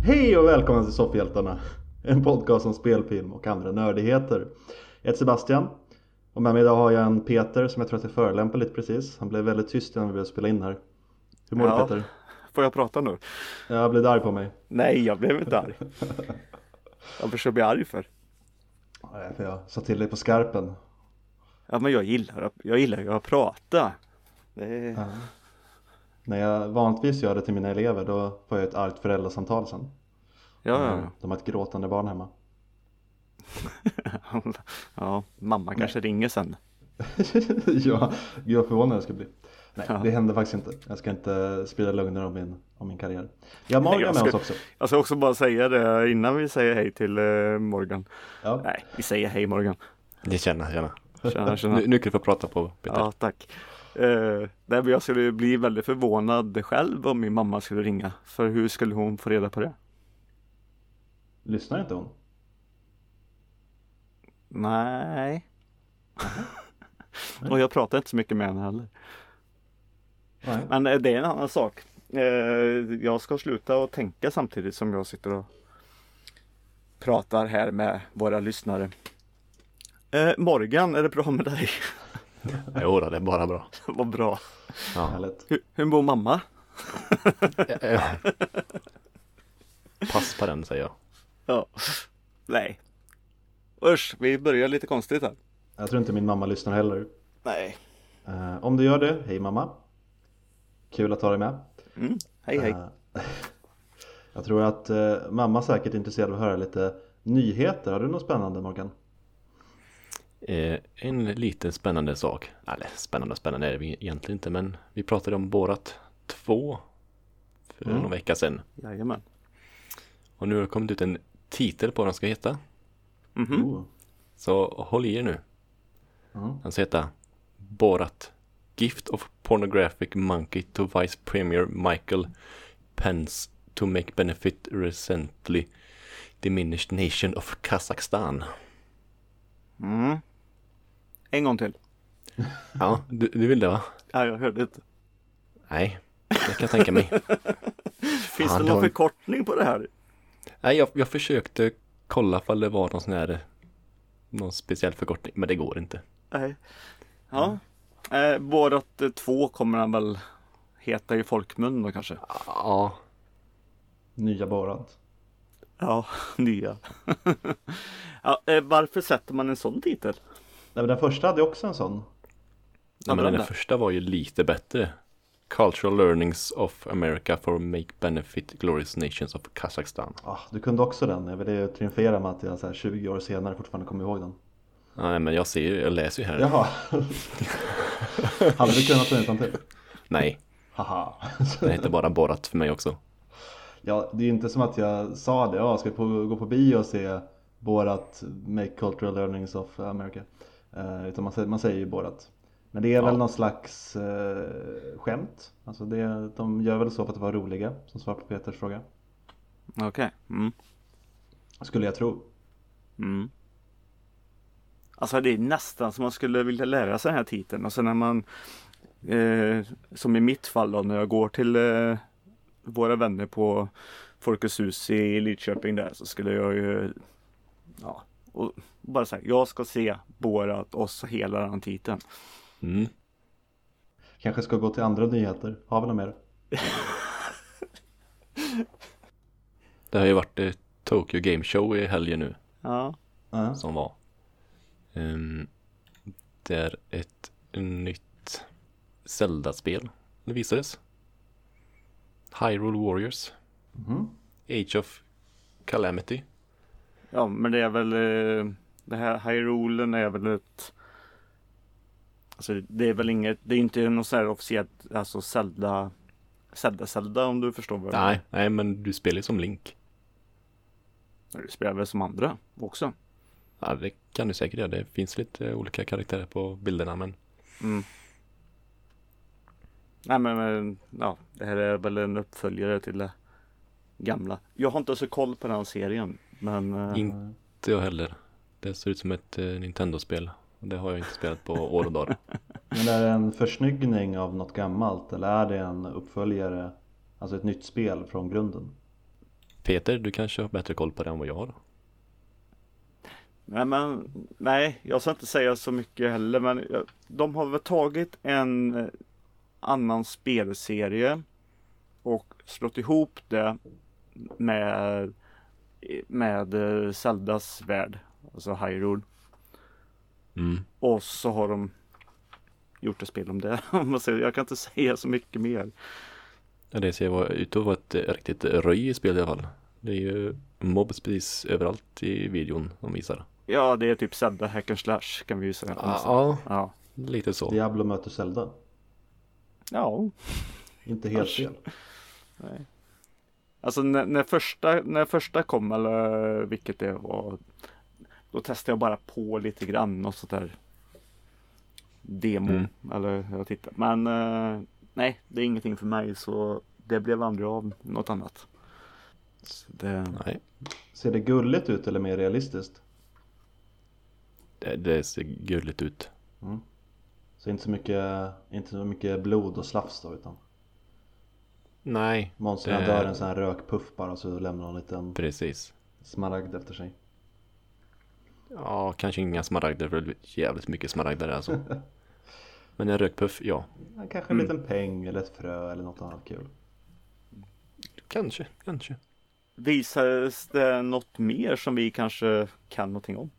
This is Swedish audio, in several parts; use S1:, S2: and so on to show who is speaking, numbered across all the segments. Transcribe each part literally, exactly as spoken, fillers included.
S1: Hej och välkomna till Soffhjältarna, en podcast om spelfilm och andra nördigheter. Jag heter Sebastian och med mig idag har jag en Peter som jag tror att jag förelämpar lite precis. Han blev väldigt tyst när vi började spela in här. Hur mår
S2: ja,
S1: du, Peter?
S2: Får jag prata nu?
S1: Jag blev arg på mig.
S2: Nej, jag blev inte arg. Jag försöker bli arg för.
S1: Nej, för jag sa till dig på skarpen.
S2: Ja, men jag gillar, jag gillar ju att prata. Det är...
S1: Ja. När jag vanligtvis gör det till mina elever då får jag ett argt föräldrasamtal sen.
S2: Ja, ja.
S1: De har ett gråtande barn hemma.
S2: Ja, mamma kanske Nej. ringer sen.
S1: Ja, gud vad förvånad jag ska bli. Nej,
S2: Ja.
S1: det händer faktiskt inte. Jag ska inte sprida lögner om min, om min karriär. Jag har Morgan
S2: jag
S1: med
S2: ska,
S1: oss också.
S2: Jag ska också bara säga det innan vi säger hej till uh, Morgan.
S1: Ja.
S2: Nej, vi säger hej Morgan.
S3: Det känner jag.
S2: Tjena, tjena.
S3: Nu, nu kan du få prata på, Peter.
S2: Ja, tack. Uh, nej, jag skulle bli väldigt förvånad själv om min mamma skulle ringa. För hur skulle hon få reda på det?
S1: Lyssnar inte hon?
S2: Nej. Och jag pratar inte så mycket med henne heller.
S1: Nej.
S2: Men det är en annan sak. Jag ska sluta och tänka samtidigt som jag sitter och pratar här med våra lyssnare. Morgan, är det bra med dig?
S3: Jo, det är bara bra.
S2: Vad bra.
S3: Ja.
S2: Hur, hur mår mamma?
S3: Pass på den, säger jag.
S2: Ja. Nej. Usch, vi börjar lite konstigt här.
S1: Jag tror inte min mamma lyssnar heller.
S2: Nej.
S1: Uh, om du gör det, hej mamma. Kul att ha dig med.
S2: Mm. Hej hej.
S1: Uh, jag tror att uh, mamma säkert är intresserad av att höra lite nyheter. Har du något spännande, Morgan?
S3: Eh, en liten spännande sak. Eller spännande och spännande är det egentligen inte. Men vi pratade om Borat två för mm. någon vecka sedan.
S2: Jajamän.
S3: Och nu har det kommit ut en titel på vad den ska heta.
S2: Mm-hmm.
S1: Oh.
S3: Så håll i er nu.
S1: Mm.
S3: Den ska heta Borat Gift of Pornographic Monkey to Vice Premier Michael Pence to make benefit recently diminished nation of Kazakhstan.
S2: Mm. En gång till.
S3: Ja, du, du vill det, va?
S2: Ja, jag hörde inte.
S3: Nej, det kan jag tänka mig.
S2: Finns
S3: Fan,
S2: det någon
S3: har...
S2: förkortning på det här?
S3: Nej, jag, jag försökte kolla om det var någon sån här någon speciell förkortning, men det går inte.
S2: Nej. Ja. Eh, Borat två kommer han väl heta i folkmun då kanske?
S3: Ja.
S1: Nya Borat.
S2: Ja, nya. Ja, eh, varför sätter man en sån titel?
S1: Nej, men den första hade också en sån.
S3: Ja, men den där första var ju lite bättre. Cultural Learnings of America for Make Benefit Glorious Nations of Kazakhstan.
S1: Ah, du kunde också den. Jag ville triumfera med att jag så här tjugo år senare fortfarande kommer ihåg den.
S3: Nej, men jag ser ju, jag läser ju här.
S1: Jaha. Hade du kunnat den utan till?
S3: Nej.
S1: Haha.
S3: Det heter bara Borat för mig också.
S1: Ja, det är inte som att jag sa det. Ja, ska vi på, gå på bio och se Borat Make Cultural Learnings of America. Uh, utan man säger, man säger ju Borat. Men det är väl ja. någon slags uh, skämt. Alltså det, de gör väl så för att vara roliga, som svar på Peters fråga.
S2: Okej. Okay. Mm.
S1: Skulle jag tro.
S2: Mm. Alltså det är nästan som man skulle vilja lära sig den här titeln. Och sen när man, eh, som i mitt fall då, när jag går till eh, våra vänner på Folkets hus i Lidköping där, så skulle jag ju, ja, och bara säga, jag ska se Borat och så hela den titeln.
S3: Mm.
S1: Kanske ska gå till andra nyheter. Har vi något mer?
S3: Det har ju varit ett Tokyo Game Show i helgen nu.
S2: Ja.
S1: Uh-huh.
S3: Som var. Um, det är ett nytt Zelda-spel. Det visades. Hyrule Warriors.
S1: Mm-hmm.
S3: Age of Calamity.
S2: Ja, men det är väl det här Hyrulen är väl ett, alltså det är väl inget, det är inte något så här officiellt, alltså Zelda Zelda Zelda om du förstår vad jag
S3: Nej, nej, men du spelar ju som Link.
S2: Du spelar väl som andra också.
S3: Ja, det kan du säkert göra. Det finns lite olika karaktärer på bilderna, men
S2: mm. Nej, men, men ja, det här är väl en uppföljare till det gamla. Jag har inte så koll på den serien, men
S3: inte jag heller. Det ser ut som ett eh, Nintendo-spel. Det har jag inte spelat på år och dagar.
S1: Men är det en försnyggning av något gammalt eller är det en uppföljare, alltså ett nytt spel från grunden?
S3: Peter, du kanske har bättre koll på det än vad jag har.
S2: Nej, men, nej, jag ska inte säga så mycket heller, men jag- de har väl tagit en eh, annan spelserie och slått ihop det med, med eh, Zeldas värld, alltså Hyrule.
S3: Mm.
S2: Och så har de gjort ett spel om det. Om man säger. Jag kan inte säga så mycket mer.
S3: Ja, det ser vara ut att vara ett riktigt röj i spel i alla fall. Det är ju mobs precis överallt i videon de visar.
S2: Ja, det är typ Zelda Hack and Slash kan vi ju säga.
S3: Ja,
S2: Ja.
S3: lite så.
S1: Diablo möter Zelda.
S2: Ja.
S1: Inte helt
S2: Asch.
S1: fel.
S2: Nej. Alltså när, när, första, när första kom, eller vilket det var, då testade jag bara på lite grann och sådär demo,
S3: Mm.
S2: eller jag tittade. Men eh, nej, det är ingenting för mig, så det blev aldrig av något annat. Så det,
S3: Nej,
S1: Ser det gulligt ut eller mer realistiskt?
S3: det, det ser gulligt ut.
S1: Mm. Så inte så mycket, inte så mycket blod och slafs då, utan
S3: Nej,
S1: monstren
S3: det-
S1: dör en sån här rökpuff bara, så lämnar de en liten
S3: precis.
S1: smaragd efter sig.
S3: Ja, kanske inga smaragder, för det är jävligt mycket smaragder alltså. Men en rökpuff, ja.
S1: Ja, kanske en liten peng eller ett frö eller något annat kul.
S3: Kanske, kanske.
S2: visades det något mer som vi kanske kan någonting om?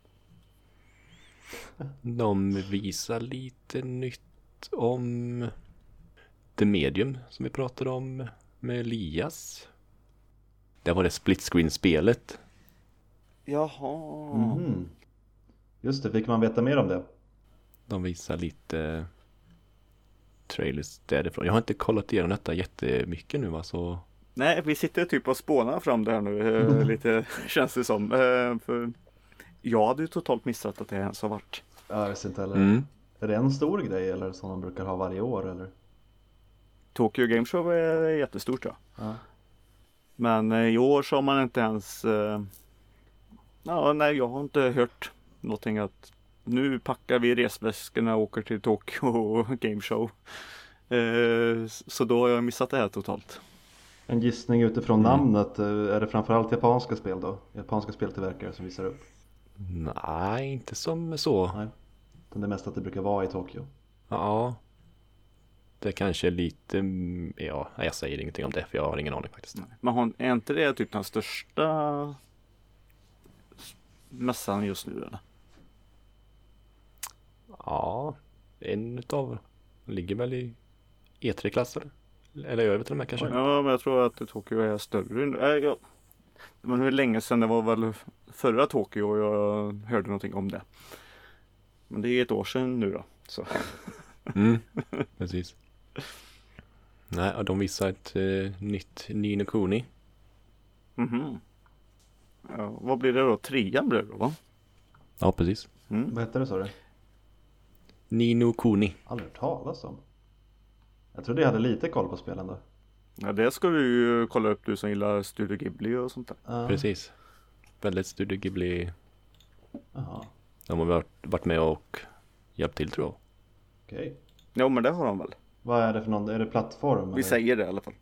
S3: De visar lite nytt om The Medium som vi pratade om med Elias. Det var det split screen-spelet.
S2: Jaha.
S1: Mhm. Just det, fick man veta mer om det?
S3: De visar lite trailers därifrån. Jag har inte kollat igenom detta jättemycket nu, alltså.
S2: Nej, vi sitter typ och spånar fram det här nu, eh, lite känns det som. Eh, för jag hade ju totalt missat att det ens har varit.
S1: Jag vet inte heller.
S3: Mm.
S1: Är det en stor grej eller som de brukar ha varje år eller?
S2: Tokyo Game Show är jättestort, ja.
S1: Ja.
S2: Men eh, i år så har man inte ens... Eh, ja, nej, jag har inte hört någonting att nu packar vi resväskorna och åker till Tokyo Game Show. Eh, så då har jag missat det här totalt.
S1: En gissning utifrån namnet, eh, är det framförallt japanska spel då? Japanska speltillverkare som visar upp?
S3: Nej, inte som så.
S1: Nej. Utan det är mest att det brukar vara i Tokyo.
S3: Ja. Det kanske är lite, mm, ja, jag säger ingenting om det för jag har ingen aning faktiskt.
S2: Men har, är inte det typ den största mässan just nu eller?
S3: Ja, en utav ligger väl i E tre-klass eller? Eller över till och med kanske.
S2: Ja, men jag tror att Tokyo är större. Nej, jag, det var hur länge sedan, det var väl förra Tokyo och jag hörde någonting om det. Men det är ett år sedan nu då. Så.
S3: Mm, precis. Nej, och de visar ett eh, nytt Ni no Kuni.
S2: Mhm. Ja, vad blir det då? Trean blir det då, va?
S3: Ja, precis.
S2: Mm.
S1: Vad heter det, sa du?
S3: Ni no Kuni.
S1: Aldrig hört talas om. Jag trodde jag hade lite koll på spelen då.
S2: Ja, det ska du ju kolla upp, du som gillar Studio Ghibli och sånt där.
S1: Ja.
S3: Precis. Väldigt Studio Ghibli.
S1: Jaha,
S3: De har varit, varit med och hjälpt till tror jag.
S1: okej.
S2: Jo, men det har de väl.
S1: Vad är det för någon? Är det plattform?
S2: Vi
S1: eller?
S2: säger det i alla fall.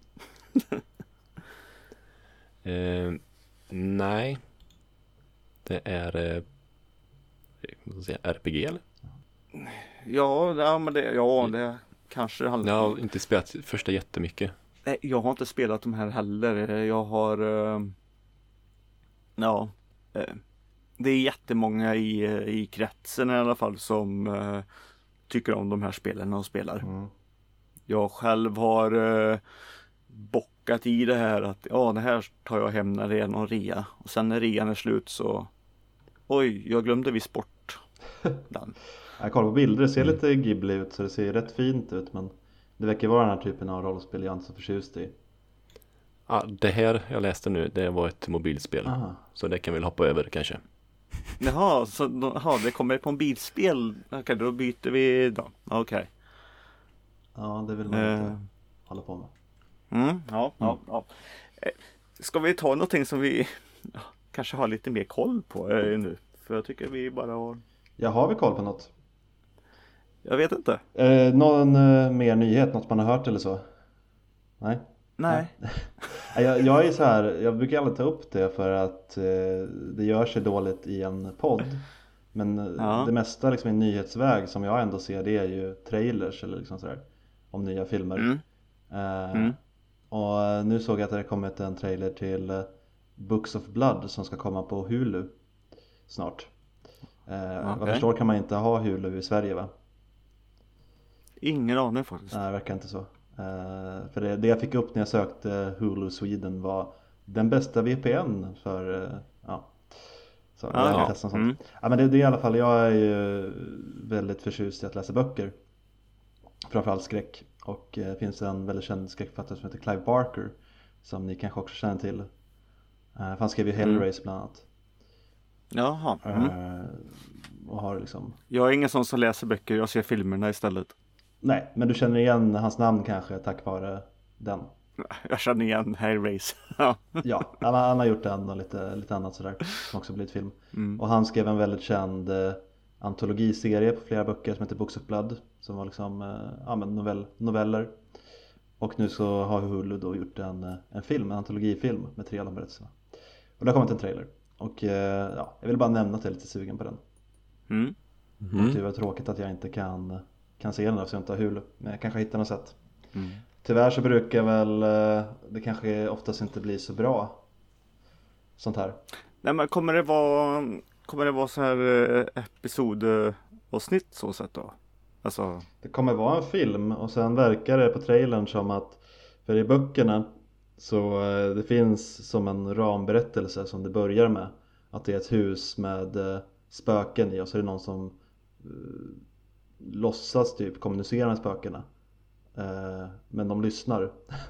S3: Eh, nej. Det är eh, vad ska jag säga, R P G eller?
S2: Ja, ja men det, ja, det kanske handlar
S3: Jag har inte spelat första jättemycket.
S2: Nej, jag har inte spelat de här heller. Jag har... eh, ja. eh, det är jättemånga i, i kretsen i alla fall som eh, tycker om de här spelen och spelar.
S1: Mm.
S2: Jag själv har eh, bockat i det här att ja, det här tar jag hem när det är någon rea. Och sen när rean är slut så... Oj, jag glömde visst bort den.
S1: Jag kollar på bilder, det ser
S3: Mm.
S1: lite Ghibli ut så det ser rätt fint ut, men det verkar vara den här typen av rollspel jag inte är så förtjust i.
S3: Ah, det här jag läste nu, det var ett mobilspel.
S1: Aha.
S3: Så det kan vi väl hoppa över kanske.
S2: Jaha, så aha, det kommer på en bilspel. Okej, då byter vi då. Okej.
S1: Ja, det vill man
S2: Eh.
S1: inte hålla på med.
S2: Mm, ja, ja, ja. Eh, Ska vi ta någonting som vi ja, kanske har lite mer koll på eh, nu? För jag tycker vi bara har...
S1: Ja, har vi koll på något?
S2: Jag vet inte.
S1: Eh, någon eh, mer nyhet, något man har hört eller så? Nej?
S2: Nej.
S1: Jag, jag är så här, jag brukar aldrig ta upp det för att eh, det gör sig dåligt i en podd. Men
S2: Ja.
S1: det mesta liksom i nyhetsväg som jag ändå ser, det är ju trailers eller liksom sådär om nya filmer.
S2: Mm.
S1: Eh,
S2: Mm.
S1: Och nu såg jag att det har kommit en trailer till eh, Books of Blood som ska komma på Hulu snart. Eh, Vad jag
S2: Okej.
S1: förstår kan man inte ha Hulu i Sverige, va?
S2: Ingen aning faktiskt.
S1: Nej, det verkar inte så. Eh, för det, det jag fick upp när jag sökte Hulu Sweden var den bästa V P N för, eh, ja. Så jag
S2: Ja.
S1: kan testa sånt.
S2: Mm.
S1: Ja, men det, det är i alla fall, jag är ju väldigt förtjust i att läsa böcker. Framförallt skräck. Och eh, det finns en väldigt känd skräckförfattare som heter Clive Barker, som ni kanske också känner till. Eh, för han skrev ju Hellraiser bland annat.
S2: Jaha. Mm.
S1: Eh, och har liksom...
S2: Jag är ingen sån som läser böcker, jag ser filmerna istället.
S1: Nej, men du känner igen hans namn kanske tack vare den.
S2: Jag känner igen Hellraiser. Ja.
S1: Ja, han, han har gjort den och lite, lite annat sådär som också blivit film.
S2: Mm.
S1: Och han skrev en väldigt känd eh, antologiserie på flera böcker som heter Books of Blood, som var liksom eh, ja, men novell, noveller. Och nu så har Hulu då gjort en, eh, en film, en antologifilm med tre av de berättelserna. Och det har kommit en trailer. Och eh, ja, jag vill bara nämna att jag är lite sugen på den.
S2: Mm.
S1: Och det var tråkigt att jag inte kan, kan se den eftersom jag inte har Hulu. Men jag kanske hittar något sätt.
S2: Mm.
S1: Tyvärr så brukar väl eh, det kanske oftast inte bli så bra sånt här.
S2: Nej, men kommer det vara kommer det vara så här eh, episodavsnitt så sett då? Alltså,
S1: Det kommer vara en film och sen verkar det på trailern som att, för i böckerna så eh, det finns som en ramberättelse som det börjar med, att det är ett hus med eh, spöken i och så är det någon som eh, låtsas typ kommunicera med spökena, eh, men de lyssnar.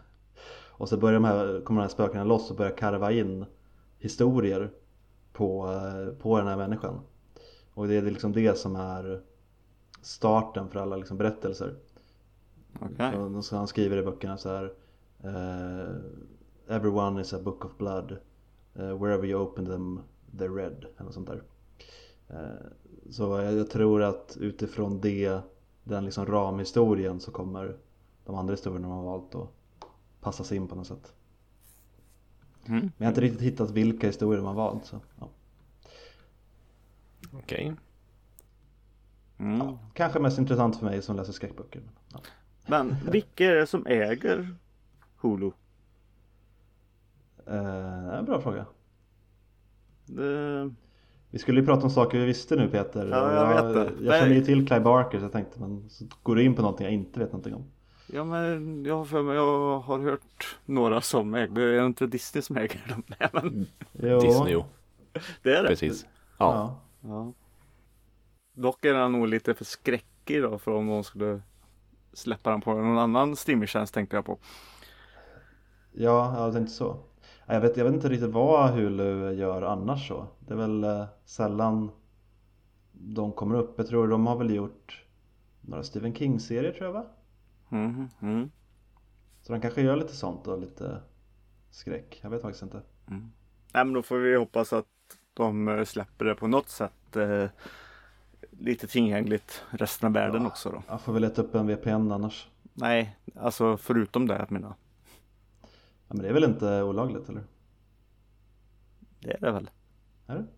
S1: Och så börjar de här, kommer de här spökena loss och börjar karva in historier på, eh, på den här människan. Och det är liksom det som är starten för alla liksom berättelser.
S2: okej.
S1: Så, så han skriver i böckerna så här: eh, everyone is a book of blood, eh, wherever you open them they're red, eller sånt där. Eh, så jag, jag tror att utifrån det, den liksom ramhistorien, så kommer de andra historierna man har valt att passas in på något sätt.
S2: Mm.
S1: Men jag har inte riktigt hittat vilka historier man har valt, så ja.
S3: Okej.
S2: Mm.
S1: Ja, kanske mest intressant för mig som läser skräckböcker. Men, ja.
S2: Men vilka är det som äger Hulu?
S1: eh, det är en bra fråga.
S2: Det...
S1: Vi skulle ju prata om saker vi visste nu, Peter.
S2: Ja, jag vet det.
S1: Jag känner ju till Clive Barker, så jag tänkte, men så går du in på någonting jag inte vet någonting om.
S2: Ja, men jag har för mig, jag har hört några som äger. Det är inte Disney som äger dem. Nej, men
S1: Jo.
S3: Disney, jo.
S2: det är det.
S3: Precis. Ja.
S1: Ja.
S2: Ja. Dock är den nog lite för skräckig då, för om någon skulle släppa den på någon annan streamingtjänst, tänkte jag på.
S1: Ja, jag tänkte så. Jag vet, jag vet inte riktigt vad Hulu gör annars så. Det är väl eh, sällan de kommer upp. Jag tror de har väl gjort några Stephen King-serier, tror jag, va?
S2: Mm, mm,
S1: Så de kanske gör lite sånt och lite skräck. Jag vet faktiskt inte.
S2: mm. Nej, men då får vi hoppas att de eh, släpper det på något sätt eh, lite tillgängligt resten av världen
S1: Ja.
S2: också då.
S1: Jag får väl leta upp en V P N annars.
S2: Nej, alltså förutom det, jag menar.
S1: Ja, men det är väl inte olagligt, eller?
S2: Det är det väl.
S1: Är det?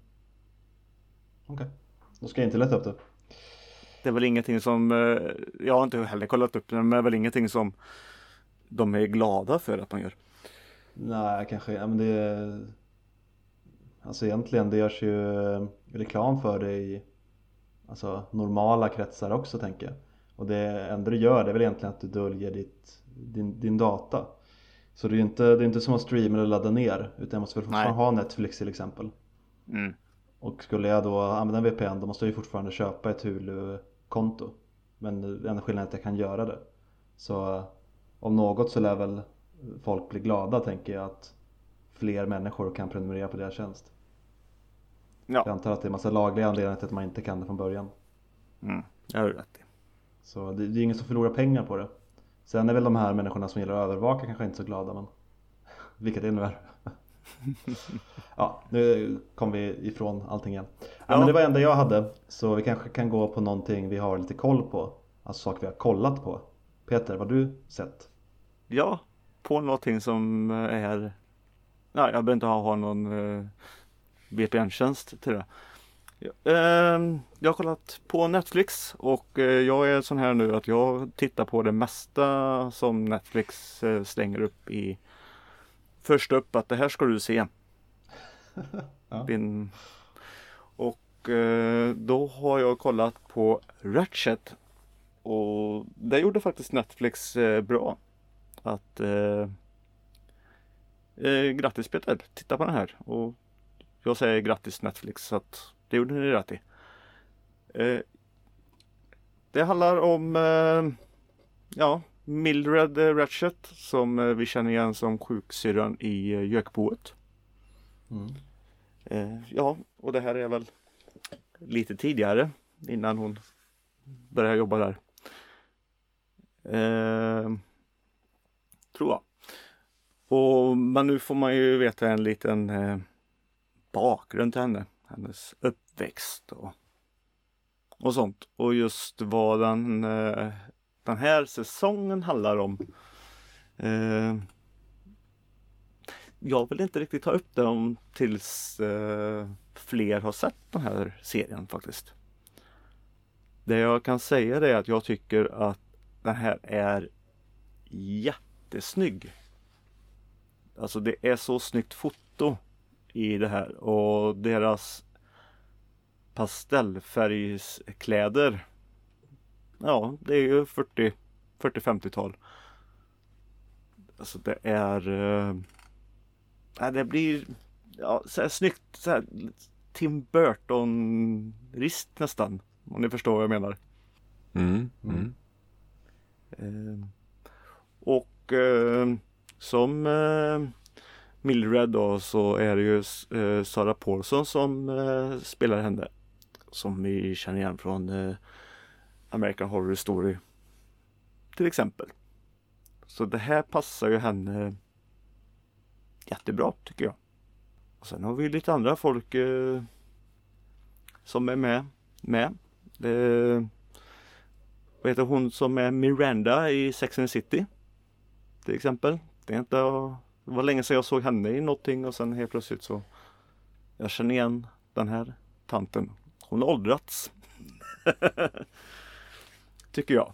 S1: Okej. Då ska jag inte leta upp det.
S2: Det är väl ingenting som, eh, jag har inte heller kollat upp det, men det är väl ingenting som de är glada för att man gör.
S1: Nej, kanske. Ja, men det är... Alltså egentligen, det görs ju reklam för det i alltså, normala kretsar också, tänker jag. Och det enda du gör, det är väl egentligen att du döljer ditt, din, din data. Så det är ju inte, det är inte som att streama eller ladda ner, utan jag måste väl fortfarande
S2: Nej.
S1: ha Netflix till exempel.
S2: Mm.
S1: Och skulle jag då använda en V P N, då måste jag ju fortfarande köpa ett Hulu-konto. Men den enda skillnaden är att jag kan göra det. Så om något så lär väl folk bli glada, tänker jag, att fler människor kan prenumerera på deras tjänst.
S2: Ja,
S1: Jag antar att det är en massa lagliga anledningar till att man inte kan det från början.
S2: mm. jag har rätt i.
S1: Så det, det är ingen som förlorar pengar på det. Sen är väl de här människorna som gillar att övervaka kanske inte så glada, men vilket det nu är. Ja, nu kom vi ifrån allting igen. Ja,
S2: Ja.
S1: men det var det enda jag hade. Så vi kanske kan gå på någonting vi har lite koll på. Alltså saker vi har kollat på. Peter, vad har du sett?
S2: Ja, på någonting som är... Ja, jag behöver inte ha, ha någon uh, V P N-tjänst till det. Uh, jag har kollat på Netflix och uh, jag är sån här nu att jag tittar på det mesta som Netflix uh, slänger upp i först upp att det här ska du se.
S1: Ja.
S2: Bin... Och uh, då har jag kollat på Ratchet och det gjorde faktiskt Netflix uh, bra. Att uh, uh, grattis Peter, titta på den här och jag säger grattis Netflix så att det gjorde ni rätt i. Eh, det handlar om eh, ja, Mildred Ratchet som eh, vi känner igen som sjuksyrran i eh, Gökboet.
S1: Mm.
S2: Eh, ja, och det här är väl lite tidigare innan hon började jobba där. Eh, tror jag. Och, men nu får man ju veta en liten eh, bakgrund till henne. Hennes uppväxt och, och sånt. Och just vad den, eh, den här säsongen handlar om. Eh, jag vill inte riktigt ta upp det om tills eh, fler har sett den här serien faktiskt. Det jag kan säga är att jag tycker att den här är jättesnygg. Alltså det är så snyggt foto i det här och deras pastellfärgskläder. Ja, det är ju fyrtio femtiotal. Alltså det är äh, det blir ja, så här snyggt så här, Tim Burton-rist nästan, om ni förstår vad jag menar.
S3: Mm, mm.
S2: Eh, och eh, som eh, Mildred då så är det ju eh, Sarah Paulson som eh, spelar henne. Som vi känner igen från eh, American Horror Story till exempel. Så det här passar ju henne jättebra tycker jag. Och sen har vi lite andra folk eh, som är med. med. Eh, vad heter hon som är Miranda i Sex and the City till exempel. Det är inte... Det var länge sedan jag såg henne i någonting och sen helt plötsligt så jag känner igen den här tanten. Hon har åldrats. Tycker jag.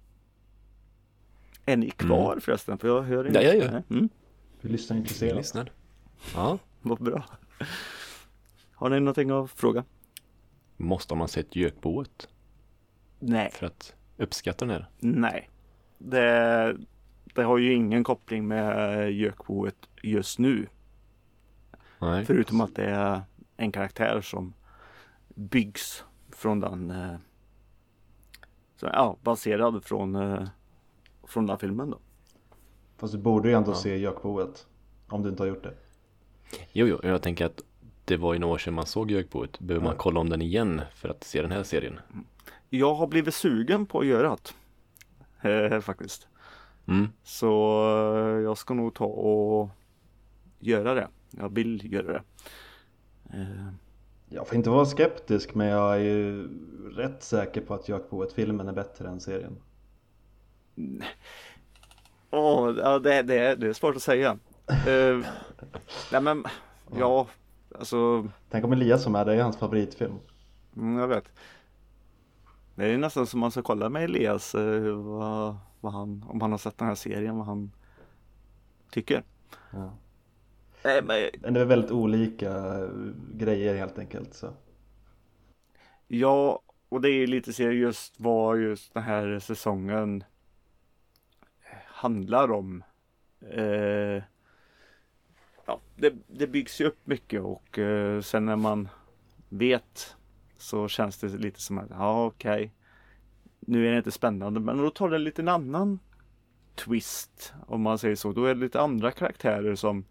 S2: Är ni kvar mm. förresten? För jag hör inte.
S3: Ja, ja, ja.
S2: Mm.
S1: Vi lyssnar intresserat.
S3: Lyssnar. Ja.
S2: Vad bra. Har ni någonting att fråga?
S3: Måste man sett Gökboet?
S2: Nej.
S3: För att uppskatta den här?
S2: Nej. Det... Det har ju ingen koppling med Gökboet just nu.
S3: Nej.
S2: Förutom att det är en karaktär som byggs från den eh, så, ja, baserad från eh, från den filmen då.
S1: Fast du borde ju ändå
S3: ja.
S1: se Gökboet om du inte har gjort det.
S3: Jo, jo, jag tänker att det var ju några år sedan man såg Gökboet. Behöver ja. man kolla om den igen för att se den här serien?
S2: Jag har blivit sugen på att göra det. Eh, faktiskt.
S3: Mm.
S2: Så jag ska nog ta och göra det. Jag vill göra det. Eh.
S1: Jag får inte vara skeptisk, men jag är ju rätt säker på att Gökboet-filmen är bättre än serien.
S2: Åh, oh, ja, det, det, det är svårt att säga. uh, nej men, ja, alltså...
S1: Tänk om Elias som är det, är hans favoritfilm.
S2: Mm, jag vet. Det är nästan som man ska kolla med Elias uh, vad, vad han, om han har sett den här serien, vad han tycker.
S1: Ja.
S2: Nej, men...
S1: Det är väldigt olika grejer helt enkelt. Så.
S2: Ja, och det är lite seriöst vad just den här säsongen handlar om. Eh, ja, det, det byggs ju upp mycket och eh, sen när man vet så känns det lite som att ja okej, okay, nu är det inte spännande, men då tar det en liten annan twist om man säger så. Då är det lite andra karaktärer som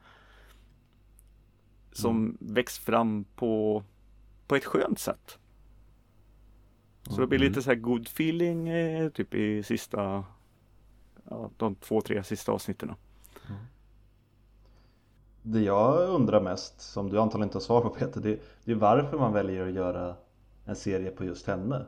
S2: som mm. väcks fram på på ett skönt sätt. Så det blir lite så här good feeling eh, typ i sista ja, de två, tre sista avsnitten.
S1: Mm. Det jag undrar mest, som du antagligen inte har svar på Peter, det, det är varför man väljer att göra en serie på just henne.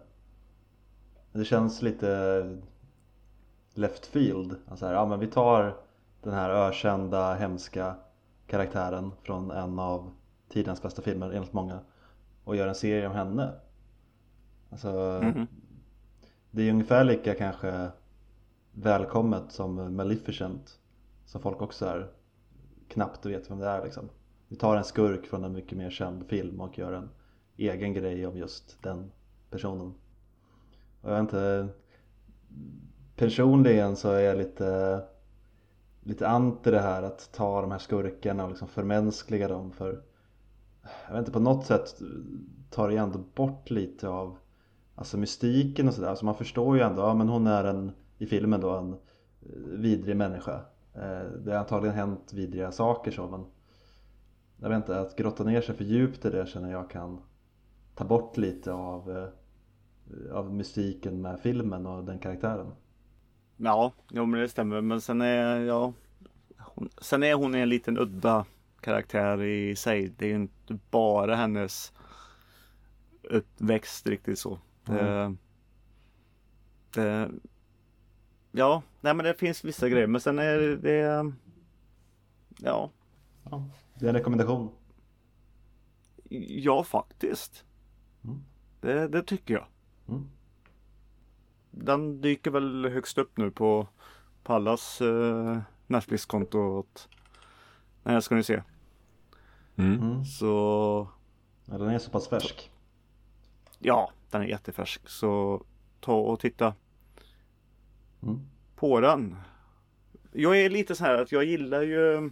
S1: Det känns lite left field. Alltså här, ja men vi tar den här ökända, hemska karaktären från en av tidens bästa filmer enligt många och gör en serie om henne. Alltså mm-hmm. det är ungefär lika kanske välkommet som Maleficent, som folk också är knappt vet vem det är liksom. Vi tar en skurk från en mycket mer känd film och gör en egen grej om just den personen. Och jag vet inte, personligen så är jag lite lite anti det här att ta de här skurkarna och liksom förmänskliga dem, för jag vet inte, på något sätt tar det ändå bort lite av alltså mystiken och sådär. Alltså man förstår ju ändå, ja men hon är en, i filmen då, en vidrig människa. Det har antagligen hänt vidriga saker så, men jag vet inte, att grotta ner sig för djupt i det känner jag kan ta bort lite av av mystiken med filmen och den karaktären.
S2: Ja, jo, men det stämmer, men sen är ja, hon, sen är hon en liten udda karaktär i sig. Det är ju inte bara hennes uppväxt riktigt så. Mm. Det, det, ja, nej men det finns vissa grejer, men sen är det, det ja.
S1: ja. Det är en rekommendation.
S2: Ja, faktiskt. Mm. Det, det tycker jag. Mm. Den dyker väl högst upp nu på, på allas eh, Netflix-konto. Nej, ska ni se. Mm. Så...
S1: Ja, den är så pass färsk.
S2: Så, ja, den är jättefärsk. Så ta och titta mm. på den. Jag är lite så här att jag gillar ju...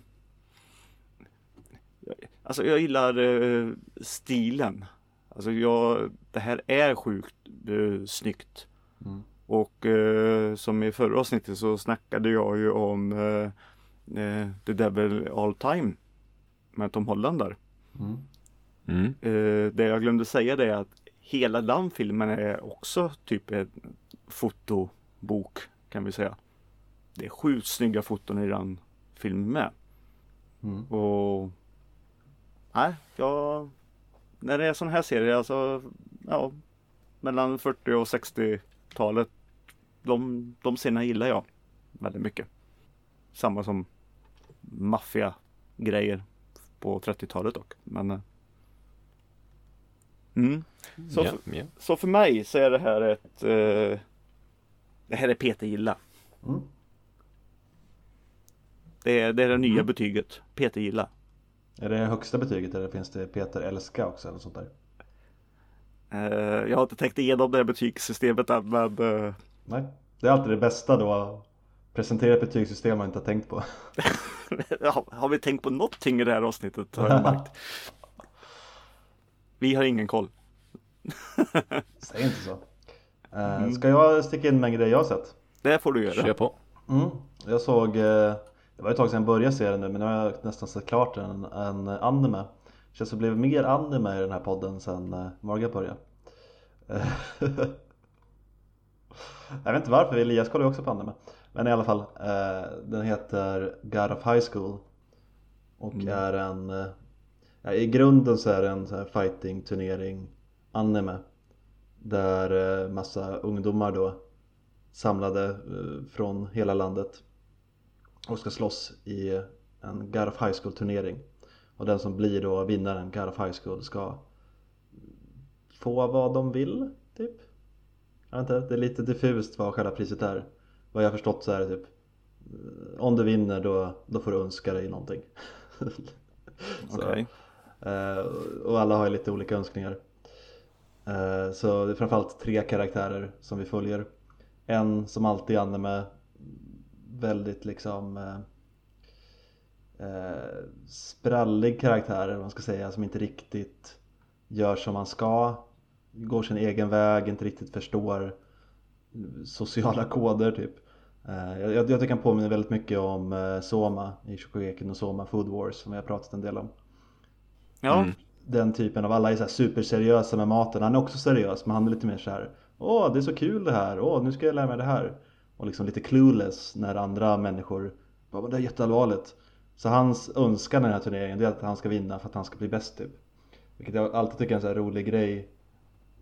S2: Alltså jag gillar eh, stilen. Alltså jag, det här är sjukt eh, snyggt. Mm. Och eh, som i förra avsnittet så snackade jag ju om eh, eh, The Devil All Time med Tom Holland där. Mm. Mm. Eh, det jag glömde säga det är att hela den filmen är också typ en fotobok kan vi säga. Det är sjukt snygga foton i den filmen med. Mm. Och nej, jag när det är sån här serie, alltså ja, mellan fyrtio och sextio-talet, de, de scenerna gillar jag väldigt mycket. Samma som maffia-grejer på trettiotalet dock. Men mm. så, yeah, för, yeah. så för mig så är det här ett eh, det här är Peter gilla. Mm. Det är, det är det nya mm. betyget, Peter gilla.
S1: Är det högsta betyget eller finns det Peter älska också eller sånt där?
S2: Uh, jag har inte tänkt igenom det här betygssystemet än, men... Uh...
S1: Nej, det är alltid det bästa då. Presentera ett betygssystem man inte har tänkt på.
S2: ja, har vi tänkt på någonting i det här avsnittet har jag märkt. Vi har ingen koll.
S1: Säg inte så. Uh, mm. Ska jag sticka in med en grej jag har sett?
S2: Det får du göra.
S3: Kör på.
S1: Mm. Jag såg... Uh... Det var ett tag sedan jag började se den nu, men nu har jag nästan sett klart en, en anime. Det känns som det blev mer anime i den här podden sedan uh, Morgan började. Jag vet inte varför, Elias kollar ju också på anime. Men i alla fall, uh, den heter God of High School. Och mm. är en... Uh, ja, i grunden så är det en så här fighting turnering anime. Där uh, massa ungdomar då samlade uh, från hela landet och ska slåss i en God of High School turnering. Och den som blir då vinnaren God of High School ska få vad de vill, typ. Jag vet inte, det är lite diffust vad själva priset är. Vad jag har förstått så är det typ, om du vinner då, då får du önska dig någonting.
S2: Okej.
S1: Okay. Och alla har ju lite olika önskningar. Så det är framförallt tre karaktärer som vi följer. En som alltid är anime, väldigt liksom eh, eh, sprallig karaktär, man ska säga, som inte riktigt gör som man ska, går sin egen väg, inte riktigt förstår sociala koder typ. eh, jag, jag tycker han påminner väldigt mycket om eh, Soma i Shokugeki no Soma Food Wars som vi har pratat en del om.
S2: Ja. Mm.
S1: Den typen av, alla är så här superseriösa med maten, han är också seriös men han är lite mer så här: åh det är så kul det här, åh nu ska jag lära mig det här. Och liksom lite clueless när andra människor bara, det är jätteallvarligt. Så hans önskan i den här turneringen är att han ska vinna för att han ska bli bäst typ. Vilket jag alltid tycker är en så här rolig grej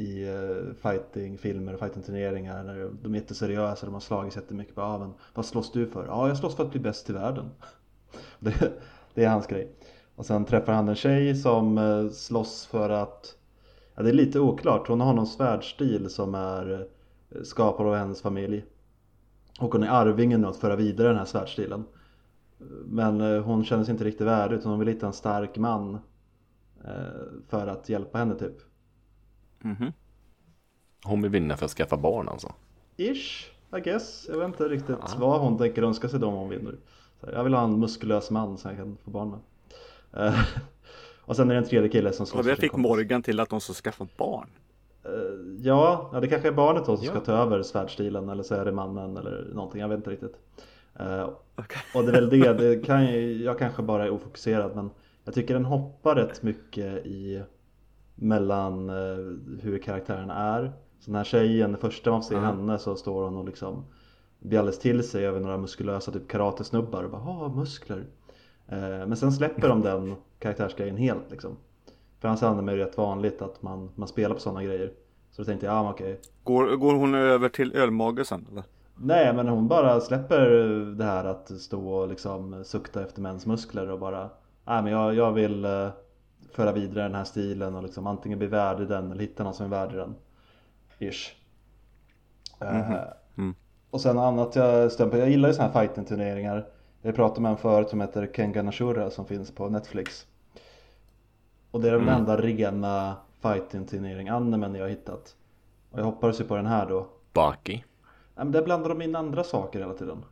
S1: i uh, fighting-filmer och fighting-turneringar när de är jätteseriösa, de har slagit jättemycket på, ah, men vad slåss du för? Ja, jag slåss för att bli bäst i världen. det, det är hans grej. Och sen träffar han en tjej som uh, slåss för att, ja, det är lite oklart, hon har någon svärdstil som är uh, skapad av hennes familj. Och hon är arvingen att föra vidare den här svärdsstilen. Men uh, hon känner sig inte riktigt värd, utan hon vill hitta en stark man uh, för att hjälpa henne typ.
S2: Mhm.
S3: Hon vill vinna för att skaffa barn alltså.
S1: Ish, I guess. Jag vet inte riktigt
S3: Ja.
S1: vad hon tänker önska sig då om hon vinner. Så jag vill ha en muskulös man så jag kan få barn med. Uh, och sen är det en tredje kille som slåss
S2: Och det
S1: för sin
S2: fick
S1: kompis.
S2: Morgan till att de ska skaffa barn.
S1: Uh, ja, ja, det kanske är barnet då som
S3: Ja.
S1: ska ta över svärdstilen, eller så är det mannen eller någonting, jag vet inte riktigt. Uh,
S2: Okay.
S1: och det är väl det, det kan ju, jag kanske bara är ofokuserad, men jag tycker den hoppar rätt mycket i mellan uh, hur karaktärerna är. Så den här tjejen, det första man ser
S3: Mm.
S1: henne så står hon och liksom blir alldeles till sig över några muskulösa typ karatesnubbar och bara åh, muskler. Uh, men sen släpper de den karaktärsgrejen helt liksom. För hans anime är det rätt vanligt att man, man spelar på sådana grejer. Så då tänkte jag, ja men okej.
S2: Går, går hon över till ölmage sen eller?
S1: Nej, men hon bara släpper det här att stå och liksom sukta efter mäns muskler och bara, nej men jag, jag vill uh, föra vidare den här stilen och liksom antingen bli värd i den eller hitta någon som är värd i den. Ish.
S2: Mhm.
S1: Uh,
S2: Mm.
S1: Och sen annat jag stämmer på, jag gillar ju såna här fighting-turneringar. Jag pratade med en förut som heter Kengan Ashura som finns på Netflix. Och det är den
S3: Mm.
S1: enda rena fighting-turnering-animen jag har hittat. Och jag hoppades ju på den här då.
S3: Baki.
S1: Nej, men där blandar de in andra saker hela tiden.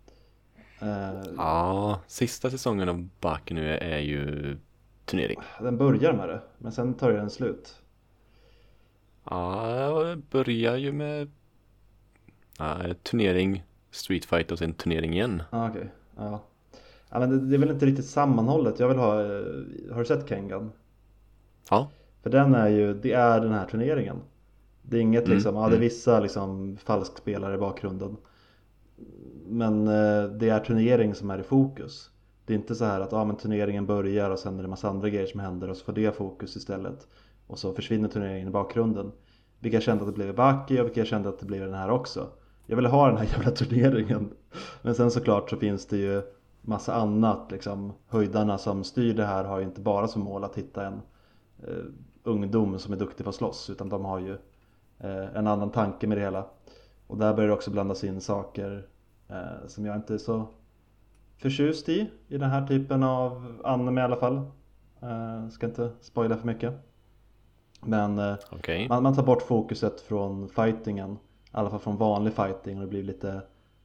S1: Eh,
S3: Ja, sista säsongen av Baki nu är, är ju turnering.
S1: Den börjar med det, men sen tar den slut.
S3: Ja, jag börjar ju med ja, turnering, Street Fight och sen turnering igen.
S1: Ah, okej. Ja. Ja, men det, det är väl inte riktigt sammanhållet. Jag vill ha, eh, har du sett Kengan?
S3: Ja,
S1: För den är ju, det är den här turneringen. Det är inget
S3: Mm,
S1: liksom, ja det är
S3: mm.
S1: vissa liksom falskspelare i bakgrunden. Men eh, det är turnering som är i fokus. Det är inte så här att ja, men turneringen börjar och sen är det massa andra grejer som händer och så får det fokus istället. Och så försvinner turneringen i bakgrunden. Vilka jag kände att det blev i Baki och vilka jag kände att det blev den här också. Jag ville ha den här jävla turneringen. Men sen såklart så finns det ju massa annat liksom. Höjdarna som styr det här har ju inte bara som mål att hitta en eh, ungdom som är duktig på att slåss, utan de har ju eh, en annan tanke med det hela. Och där börjar det också blandas in saker eh, som jag inte är så förtjust i i den här typen av anime i alla fall. eh, Ska inte spoila för mycket. Men eh,
S3: okej.
S1: man, man tar bort fokuset från fightingen, i alla fall från vanlig fighting, och det blir lite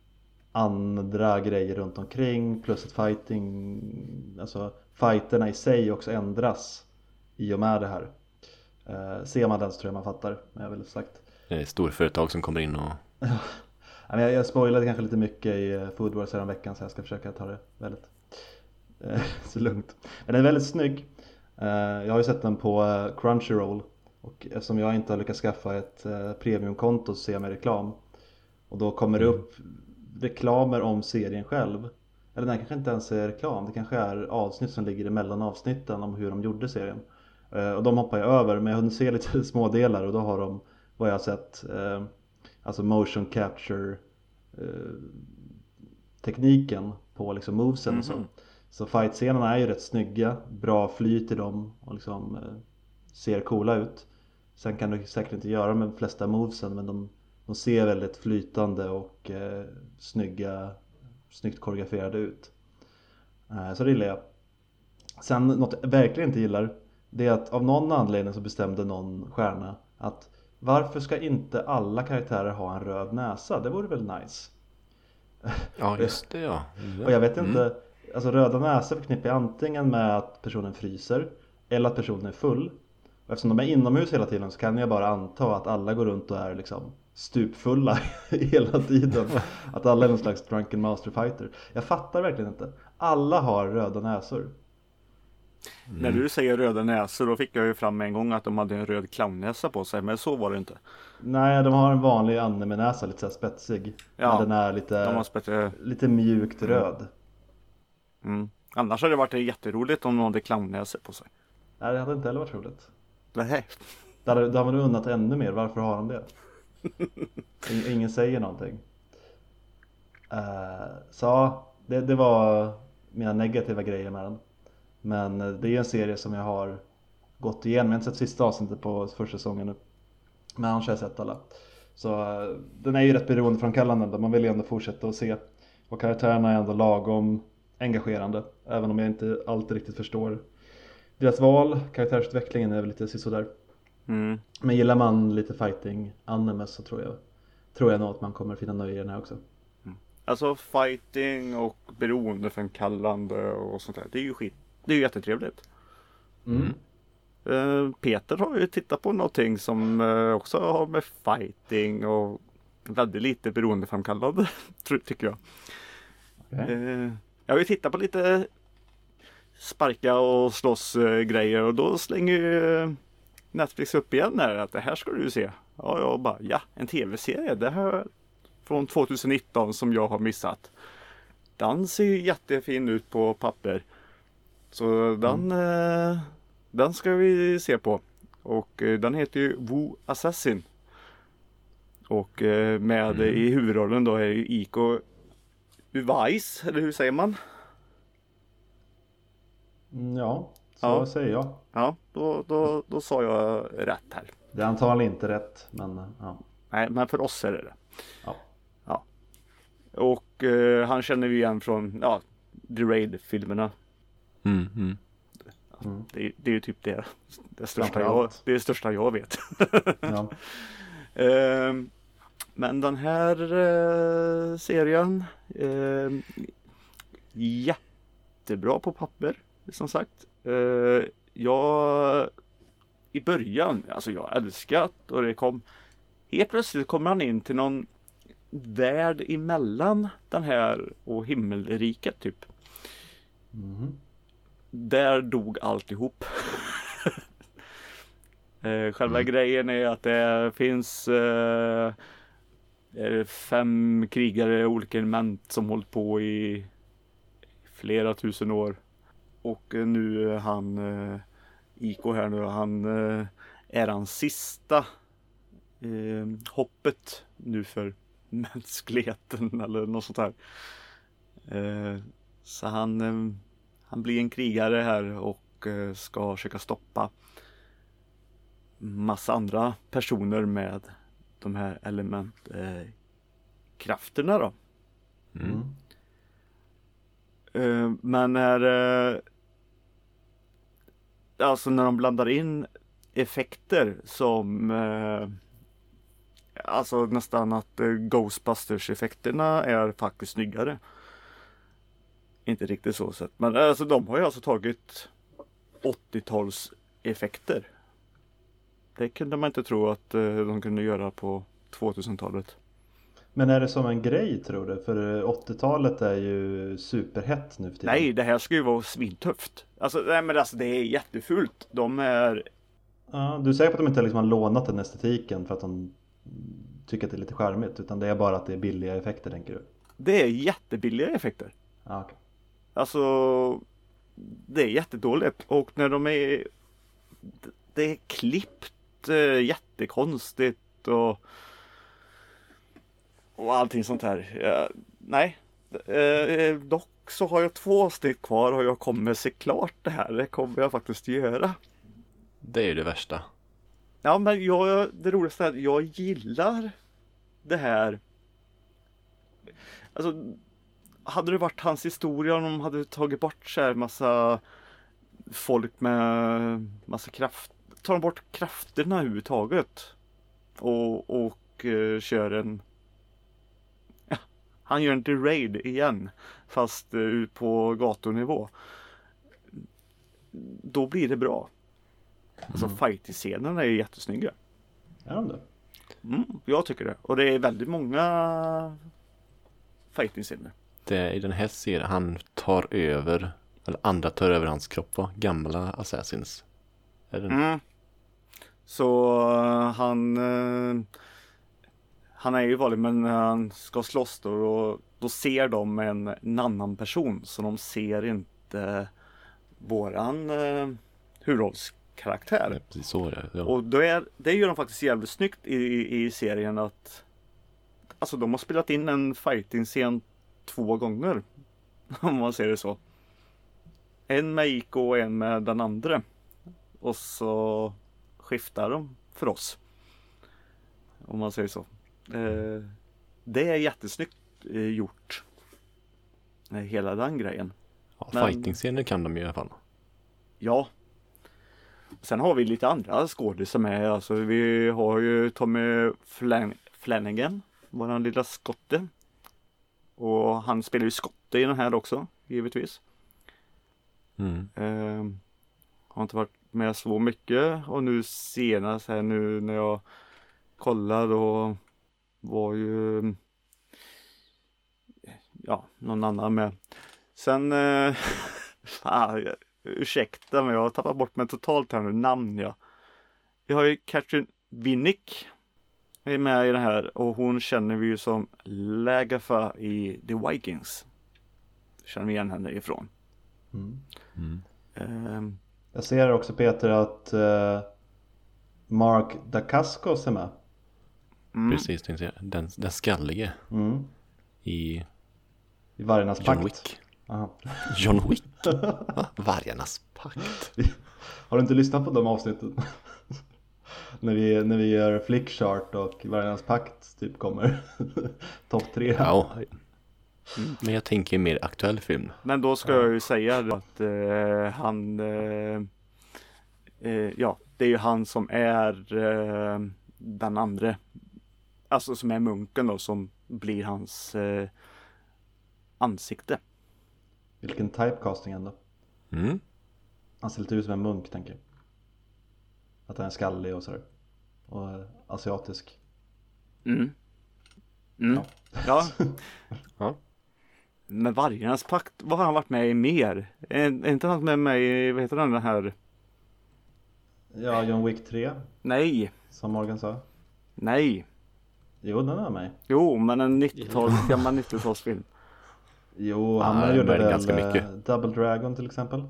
S1: andra grejer runt omkring, plus att fighting, alltså fighterna i sig också ändras i och med det här. Eh, ser man den så tror jag man fattar, men jag vill sagt.
S3: Det är storföretag som kommer in och
S1: Ja, men jag, jag spoilade kanske lite mycket i eh, Food Wars här om veckan, så jag ska försöka ta det väldigt eh, så lugnt. Men den är väldigt snygg. Eh, jag har ju sett den på eh, Crunchyroll, och eftersom jag inte har lyckats skaffa ett eh, premiumkonto så ser jag med reklam. Och då kommer det upp reklamer om serien själv. Eller nej, kanske inte ens är reklam. Det kanske är avsnitt som ligger emellan avsnitten om hur de gjorde serien. Eh, och de hoppar jag över, men jag hunnit se lite små delar och då har de, vad jag har sett, eh, alltså motion capture eh, tekniken på liksom movesen och så.
S2: Mhm.
S1: Så fight-scenerna är ju rätt snygga, bra flyt i dem och liksom eh, ser coola ut. Sen kan du säkert inte göra med de flesta movesen, men de, de ser väldigt flytande och eh, snygga, snyggt koreograferade ut. Eh, så det gillar jag. Sen något jag verkligen inte gillar, det är att av någon anledning så bestämde någon stjärna att varför ska inte alla karaktärer ha en röd näsa? Det vore väl nice.
S3: ja, just det ja. ja.
S1: Och jag vet inte,
S3: Mm.
S1: alltså röda näsor förknippar jag antingen med att personen fryser eller att personen är full. Och eftersom de är inomhus hela tiden så kan jag bara anta att alla går runt och är liksom stupfulla hela tiden. Att alla är någon slags drunken master fighter. Jag fattar verkligen inte. Alla har röda näsor.
S2: När du säger röda näsor, då fick jag ju fram en gång att de hade en röd clownnäsa på sig, men så var det inte.
S1: Nej, de har en vanlig anime-näsa, lite så här spetsig.
S2: Ja,
S1: men den är
S2: De
S1: lite,
S2: har spett-
S1: lite mjukt röd.
S2: mm. Annars hade det varit jätteroligt om de hade clownnäsor på sig.
S1: Nej, det hade inte heller varit roligt.
S2: Nej.
S1: Där, där har man unnat ännu mer. Varför har de det? Ingen säger någonting. Uh, så ja, det, det var mina negativa grejer med den. Men det är en serie som jag har gått igenom. Jag har inte sett sista avsnittet på första säsongen nu. Men annars har jag sett alla. Så uh, den är ju rätt beroendeframkallande. Man vill ju ändå fortsätta att se. Och karaktärerna är ändå lagom engagerande. Även om jag inte alltid riktigt förstår deras val. Karaktärsutvecklingen är väl lite sådär.
S2: Mm.
S1: Men gillar man lite fighting anime så tror jag tror jag nog att man kommer finna nöje i den här också.
S2: Mm. Alltså fighting och beroendeframkallande och sånt där. Det är ju skit. Det är ju jättetrevligt.
S1: Mm.
S2: Uh, Peter har ju tittat på någonting som uh, också har med fighting och väldigt lite beroendeframkallande tycker jag.
S1: Okay.
S2: Uh, jag har ju tittat på lite sparka och slåss uh, grejer och då slänger ju Netflix upp igen här att det här ska du se. Ja, jag bara, ja, en tv-serie. Det här från tjugonitton som jag har missat. Den ser ju jättefin ut på papper. Så den, mm. eh, den ska vi se på. Och eh, den heter ju Wu Assassin. Och eh, med mm. i huvudrollen då är ju Iko Uwais, eller hur säger man?
S1: Mm, ja, så
S2: ja.
S1: säger jag.
S2: Ja, då, då, då sa jag rätt här.
S1: Det är antagligen inte rätt, men ja.
S2: Nej, men för oss är det det.
S1: Ja.
S2: Ja. Och eh, han känner vi igen från ja, The Raid-filmerna.
S3: Mm, mm.
S2: Mm. Det, det är ju typ det, det, största jag, det, är det största jag vet.
S1: Ja.
S2: eh, men den här eh, serien eh, jättebra på papper, som sagt. Eh, jag i början, alltså jag älskat och det kom helt plötsligt kommer han in till någon värld emellan den här och himmelriket typ.
S1: Mm.
S2: Där dog alltihop. eh, själva mm. grejen är att det finns eh, är fem krigare, olika element som hållit på i flera tusen år. Och eh, nu är han eh, Iko här nu, han eh, är han sista eh, hoppet nu för mänskligheten eller något sånt här. Eh, så han eh, han blir en krigare här och eh, ska försöka stoppa massa andra personer med de här elementkrafterna eh, då.
S3: Mm.
S2: Eh, men när eh, alltså när de blandar in effekter som eh, alltså nästan att eh, Ghostbusters-effekterna är faktiskt snyggare. Inte riktigt så sett. Men alltså de har ju alltså tagit åttio-tals effekter. Det kunde man inte tro att eh, de kunde göra på tvåtusentalet.
S1: Men är det som en grej tror du? För åttiotalet är ju superhett nu för tiden.
S2: Nej, det här ska ju vara svintufft. Alltså, nej, men alltså det är jättefult. De är...
S1: Ja, du säger på att de inte liksom har lånat den estetiken för att de tycker att det är lite charmigt. Utan det är bara att det är billiga effekter, tänker du?
S2: Det är jättebilliga effekter.
S1: Ja, okej.
S2: Alltså, det är jättedåligt. Och när de är... Det är klippt äh, jättekonstigt och... Och allting sånt här. Ja, nej. Eh, dock så har jag två avsnitt kvar och jag kommer se klart det här. Det kommer jag faktiskt göra.
S3: Det är ju det värsta.
S2: Ja, men jag, det roligaste är att jag gillar det här. Alltså, hade det varit hans historia om de hade tagit bort så här massa folk med massa kraft. Tar de bort krafterna överhuvudtaget. Och, och uh, kör en... Ja, han gör en The Raid igen. Fast uh, på gatunivå. Då blir det bra. Alltså
S3: Mm.
S2: fight-scenerna är jättesnygga.
S1: Är de det?
S2: Mm, jag tycker det. Och det är väldigt många fighting-scener.
S3: Det är i den här serien han tar över, eller andra tar över hans kropp, va? Gamla Assassins. Är det?
S2: Mm. Så uh, han uh, han är ju vanlig, men när han ska slåss då, då, då ser de en, en annan person. Så de ser inte våran uh, huvudrollskille karaktär.
S3: Ja, precis så är det. Ja.
S2: Och då är, det gör de faktiskt jävligt snyggt i, i, i serien att alltså de har spelat in en fighting-scen två gånger. Om man ser det så. En med Iko och en med den andra. Och så skiftar de för oss. Om man säger så. Eh, det är jättesnyggt eh, gjort. Eh, hela den grejen.
S3: Ja,
S2: Men-
S3: fighting-scener kan de ju i alla fall.
S2: Ja. Sen har vi lite andra skådisar med. Alltså vi har ju Tommy Flan- Flanagan. Våran lilla skotte. Och han spelar ju skotte i den här också. Givetvis.
S3: Mm.
S2: Eh, har inte varit med så mycket. Och nu senast här nu när jag kollade då var ju ja, någon annan med. Sen eh, fan, ursäkta men jag har tappat bort mig totalt här nu, namn ja. Vi har ju Catherine Winnick är med i det här och hon känner vi ju som Lagertha i The Vikings. Känner vi igen henne ifrån.
S1: Mm.
S3: Mm.
S2: Ehm,
S1: Jag ser också Peter att eh, Mark Dacascos är med.
S2: mm,
S3: Precis, tänkte jag. Den, den skallige
S1: Mm.
S3: i
S1: I Vargarnas
S3: John
S1: pakt.
S3: Wick.
S1: Aha.
S3: John Wick? Va? Vargarnas pakt.
S1: Har du inte lyssnat på de avsnitten? när, vi, när vi gör Flickchart och Vargarnas pakt typ kommer topp tre.
S3: Ja. Men jag tänker mer aktuell film.
S2: Men då ska jag ju säga då att eh, han eh, eh, ja, det är ju han som är eh, den andra, alltså som är munken då, som blir hans eh, ansikte.
S1: Vilken typecasting ändå.
S3: Mm.
S1: Han ser lite ut som en munk tänker jag. Att han är skallig och sådär. Och eh, asiatisk.
S2: Mm. Mm. Ja.
S3: Ja.
S2: Men Vargarnas pakt, vad har han varit med i mer? Är, är inte han med mig i, vad heter den här?
S1: Ja, John Wick tre.
S2: Nej,
S1: Som Morgan sa.
S2: nej.
S1: Jo, den är med.
S2: Jo, men en nittio-tals, gammal nittio-talsfilm.
S1: Jo,
S3: Ja,
S1: han
S3: den
S1: gjorde
S3: är
S1: väl
S3: ganska
S1: eh,
S3: mycket.
S1: Double Dragon till exempel.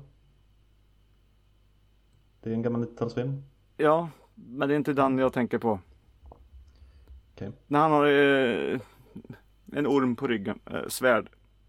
S1: Det är en gammal nittiotalsfilm.
S2: Ja, men det är inte den jag tänker på.
S1: Okej.
S2: När han har eh, en orm på ryggen, eh, svärd.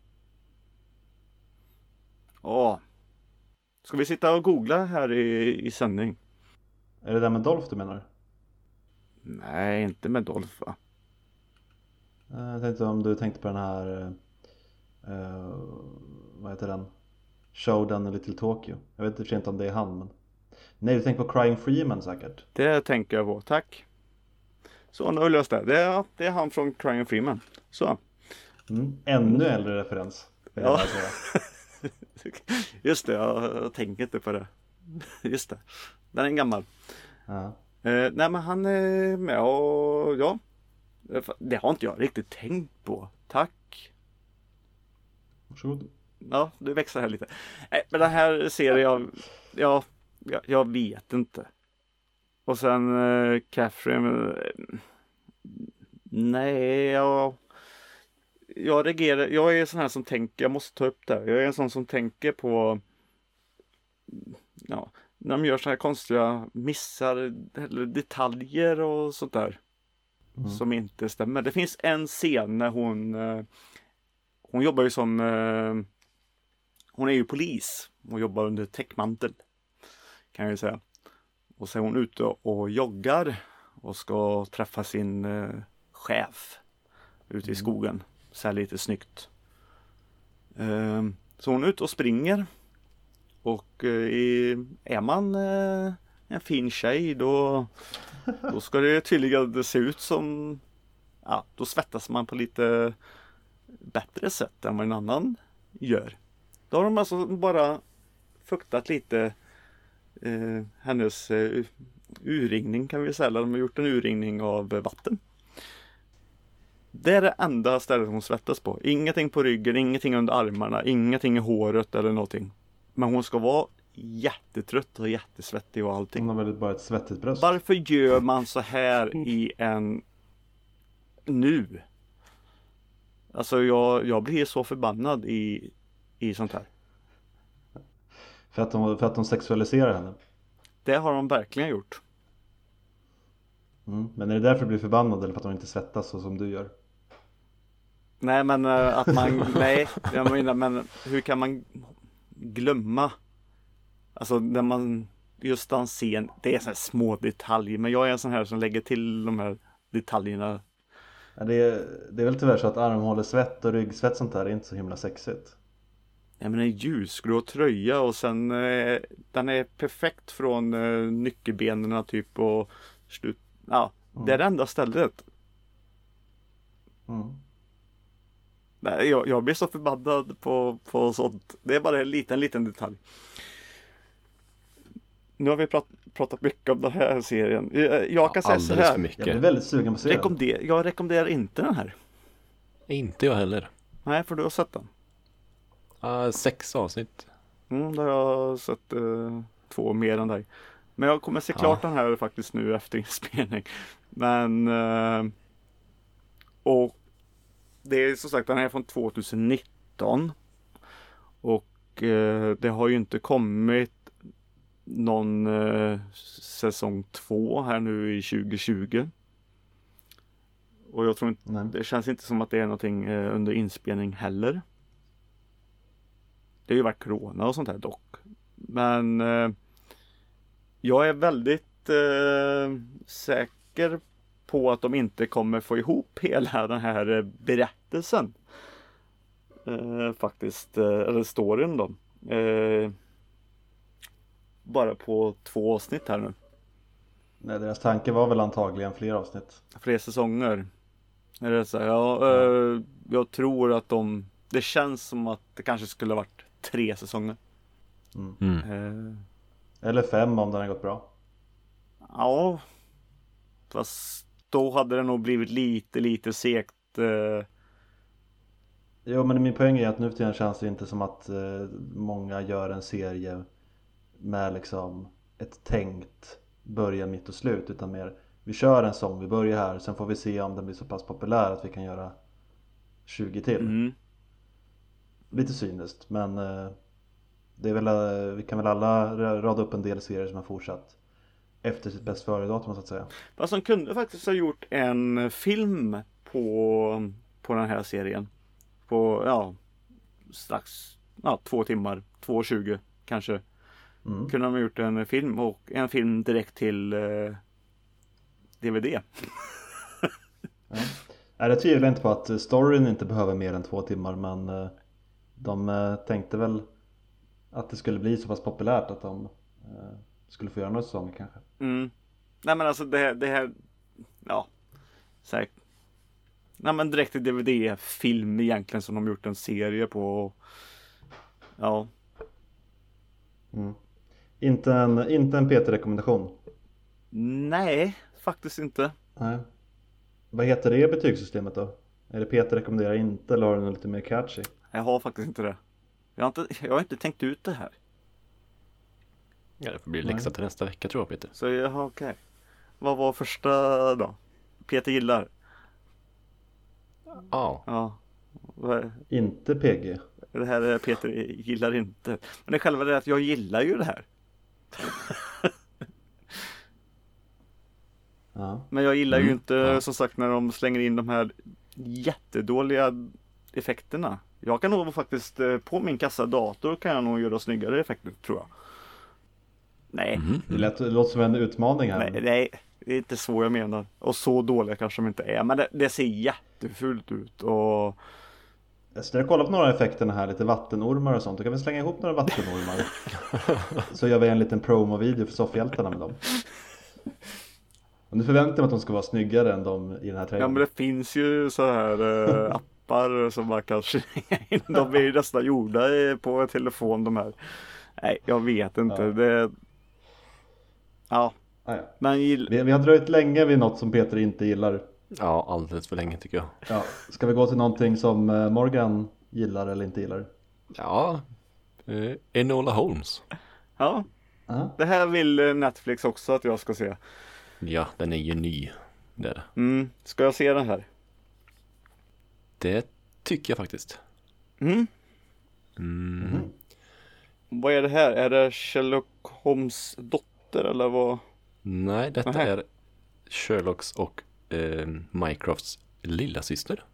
S2: Åh. Ska vi sitta och googla här i, i sändning?
S1: Är det där med Dolph du menar?
S2: Nej, inte med Dolph va?
S1: Eh, Jag tänkte om du tänkte på den här eh, eh, vad heter den? Showdown i Little Tokyo. Jag vet i och för sig inte om det är han men... Nej, du tänker på Crying Freeman säkert.
S2: Det tänker jag på, tack. Så, nu har jag löst det. Det är, det är han från Crying Freeman. Så.
S1: Mm. Ännu äldre referens. vill jag
S2: Ja.
S1: bara säga.
S2: Just det, jag, jag tänker inte på det. Just det. Den är gammal.
S1: Ja.
S2: Eh, nej men han är med och ja. Det har inte jag riktigt tänkt på. Tack.
S1: Varsågod.
S2: Ja, du växer här lite. Nej, men den här serien jag, ja, jag, jag vet inte. Och sen eh, Catherine. Eh, nej, jag, jag reagerar. Jag är sån här som tänker, jag måste ta upp det. Jag är en sån som tänker på, ja, när de gör så här konstiga missar eller detaljer och sånt där.
S1: Mm.
S2: Som inte stämmer. Det finns en scen när hon eh, hon jobbar ju som eh, hon är ju polis. Hon jobbar under täckmantel kan jag ju säga. Och så är hon ute och joggar och ska träffa sin eh, chef ute i skogen. Så här lite snyggt. Eh, så hon är ute och springer. Och eh, är man eh, en fin tjej då, då ska det tydligen se ut som, ja, då svettas man på lite bättre sätt än vad en annan gör. Då har de alltså bara fuktat lite eh, hennes eh, urringning kan vi säga. De har gjort en urringning av vatten. Det är det enda stället hon svettas på. Ingenting på ryggen, ingenting under armarna, ingenting i håret eller någonting. Men hon ska vara jättetrött och jättesvettig och allting.
S1: Hon har väl bara ett svettigt bröst.
S2: Varför gör man så här i en nu? Alltså jag, jag blir så förbannad i, i sånt här.
S1: För att de, för att de sexualiserar henne.
S2: Det har de verkligen gjort.
S1: Mm. Men är det därför du blir förbannad eller för att de inte svettas så som du gör?
S2: Nej, men uh, att man, nej, jag menar, men hur kan man glömma? Alltså när man, just den scen, det är så här små detaljer, men jag är en sån här som lägger till de här detaljerna.
S1: Ja, det, är, det är väl tyvärr så att armhålesvett och ryggsvett sånt där är inte så himla sexigt.
S2: Ja, men en ljusgrå tröja och sen eh, den är perfekt från eh, nyckelbenen typ och slut. Ja,
S1: Mm.
S2: det är det enda stället.
S1: Mm.
S2: Nej, jag, jag blir så förbannad på, på sånt. Det är bara en liten, liten detalj. Nu har vi prat, pratat mycket om den här serien. Jag, jag kan säga så
S3: Alldeles för
S2: här.
S1: Jag blir
S3: mycket.
S1: väldigt sugen på serien.
S2: Rekommenderar, jag rekommenderar inte den här.
S3: Inte jag heller.
S2: Nej, för du har sett den.
S3: Uh, sex avsnitt.
S2: Mm, då har jag sett eh, två mer än dig. Men jag kommer se
S3: Ja.
S2: klart den här faktiskt nu efter inspelning. Men eh, och det är som sagt, den här är från tjugonitton. Och eh, det har ju inte kommit någon eh, säsong två här nu i tjugo tjugo. Och jag tror inte,
S1: Nej.
S2: det känns inte som att det är någonting eh, under inspelning heller. Det har ju varit corona och sånt här dock. Men eh, jag är väldigt eh, säker på att de inte kommer få ihop hela den här eh, berättelsen. Eh, faktiskt, eh, eller storyn då. Eh, bara på två avsnitt här nu.
S1: Nej, deras tanke var väl antagligen fler avsnitt.
S2: Fler säsonger. Är det så här? Ja, eh, jag tror att de, det känns som att det kanske skulle ha varit tre säsonger.
S1: Mm.
S3: Mm.
S2: Eh,
S1: Eller fem om den har gått bra.
S2: Ja, fast då hade det nog blivit lite, lite segt. Eh,
S1: Jo, men min poäng är att nu för tiden känns det inte som att eh, många gör en serie med liksom ett tänkt början, mitt och slut, utan mer vi kör en sång, vi börjar här, sen får vi se om den blir så pass populär att vi kan göra tjugo till.
S2: mm.
S1: Lite cyniskt, men eh, det är väl, eh, vi kan väl alla ra- rada upp en del serier som har fortsatt efter sitt bäst före-datum så att säga.
S2: Fast de kunde faktiskt ha gjort en film på, på den här serien. På, ja, strax, ja, två timmar, två tjugo kanske.
S1: Mm.
S2: Kunde de ha gjort en film och en film direkt till eh, D V D.
S1: Ja. Nej, jag tvivlar inte på att storyn inte behöver mer än två timmar, men eh, de eh, tänkte väl att det skulle bli så pass populärt att de eh, skulle få göra några säsonger kanske.
S2: Mm. Nej men alltså det här, det här ja, säkert. Nej men direkt till D V D-film egentligen som de gjort en serie på. Ja.
S1: Mm. Inte en, inte en P T-rekommendation.
S2: Nej, faktiskt inte.
S1: Nej. Vad heter det betygssystemet då? Är det P T rekommenderar inte eller har du något lite mer catchy?
S2: Jag har faktiskt inte det. Jag har inte, jag har inte tänkt ut det här.
S3: Ja, det får bli läxa till nästa vecka tror jag, Peter.
S2: Så jag har okej. Okay. Vad var första då? Peter gillar.
S3: Ja.
S2: Ja. Vad-
S1: Inte P G.
S2: Det här är Peter gillar inte. Men det är själva det att jag gillar ju det här.
S1: Ja.
S2: Men jag gillar ju
S3: Mm,
S2: inte
S3: ja.
S2: som sagt när de slänger in de här jättedåliga effekterna. Jag kan nog faktiskt eh, på min kassadator kan jag nog göra snyggare effekter tror jag. Nej,
S3: Mhm.
S1: Det, lät, det låter som en utmaning här.
S2: nej, nej, det är inte så jag menar. Och så dåliga kanske de inte är. Men det, det ser jättefult ut och
S1: Jag ska kolla på några effekterna här, lite vattenormar och sånt. Då kan vi slänga ihop några vattenormar. Så gör vi en liten promo-video för soffhjältarna med dem. Och nu förväntar jag mig att de ska vara snyggare än de i den här
S2: ja
S1: trailern.
S2: men det finns ju så här eh, appar som man kan slänga in. De är ju nästan gjorda eh, på en telefon de här. Nej, jag vet inte.
S1: Ja.
S2: Det... Ja,
S1: Ah, ja.
S2: men gill...
S1: vi, vi har dröjt länge vid något som Peter inte gillar.
S3: Ja, alldeles för länge tycker jag.
S1: Ja. Ska vi gå till någonting som eh, Morgan gillar eller inte gillar?
S3: Ja, eh, Enola Holmes.
S2: Ja,
S1: Aha.
S2: det här vill eh, Netflix också att jag ska se.
S3: Ja, den är ju ny. Det är det.
S2: Mm, ska jag se den här?
S3: Det tycker jag faktiskt.
S2: Mm.
S3: Mm.
S1: Mhm.
S2: Vad är det här? Är det Sherlock Holmes dotter dotter eller vad?
S3: Nej, detta
S2: Nähä.
S3: är Sherlocks och eh, Mycrofts lilla syster.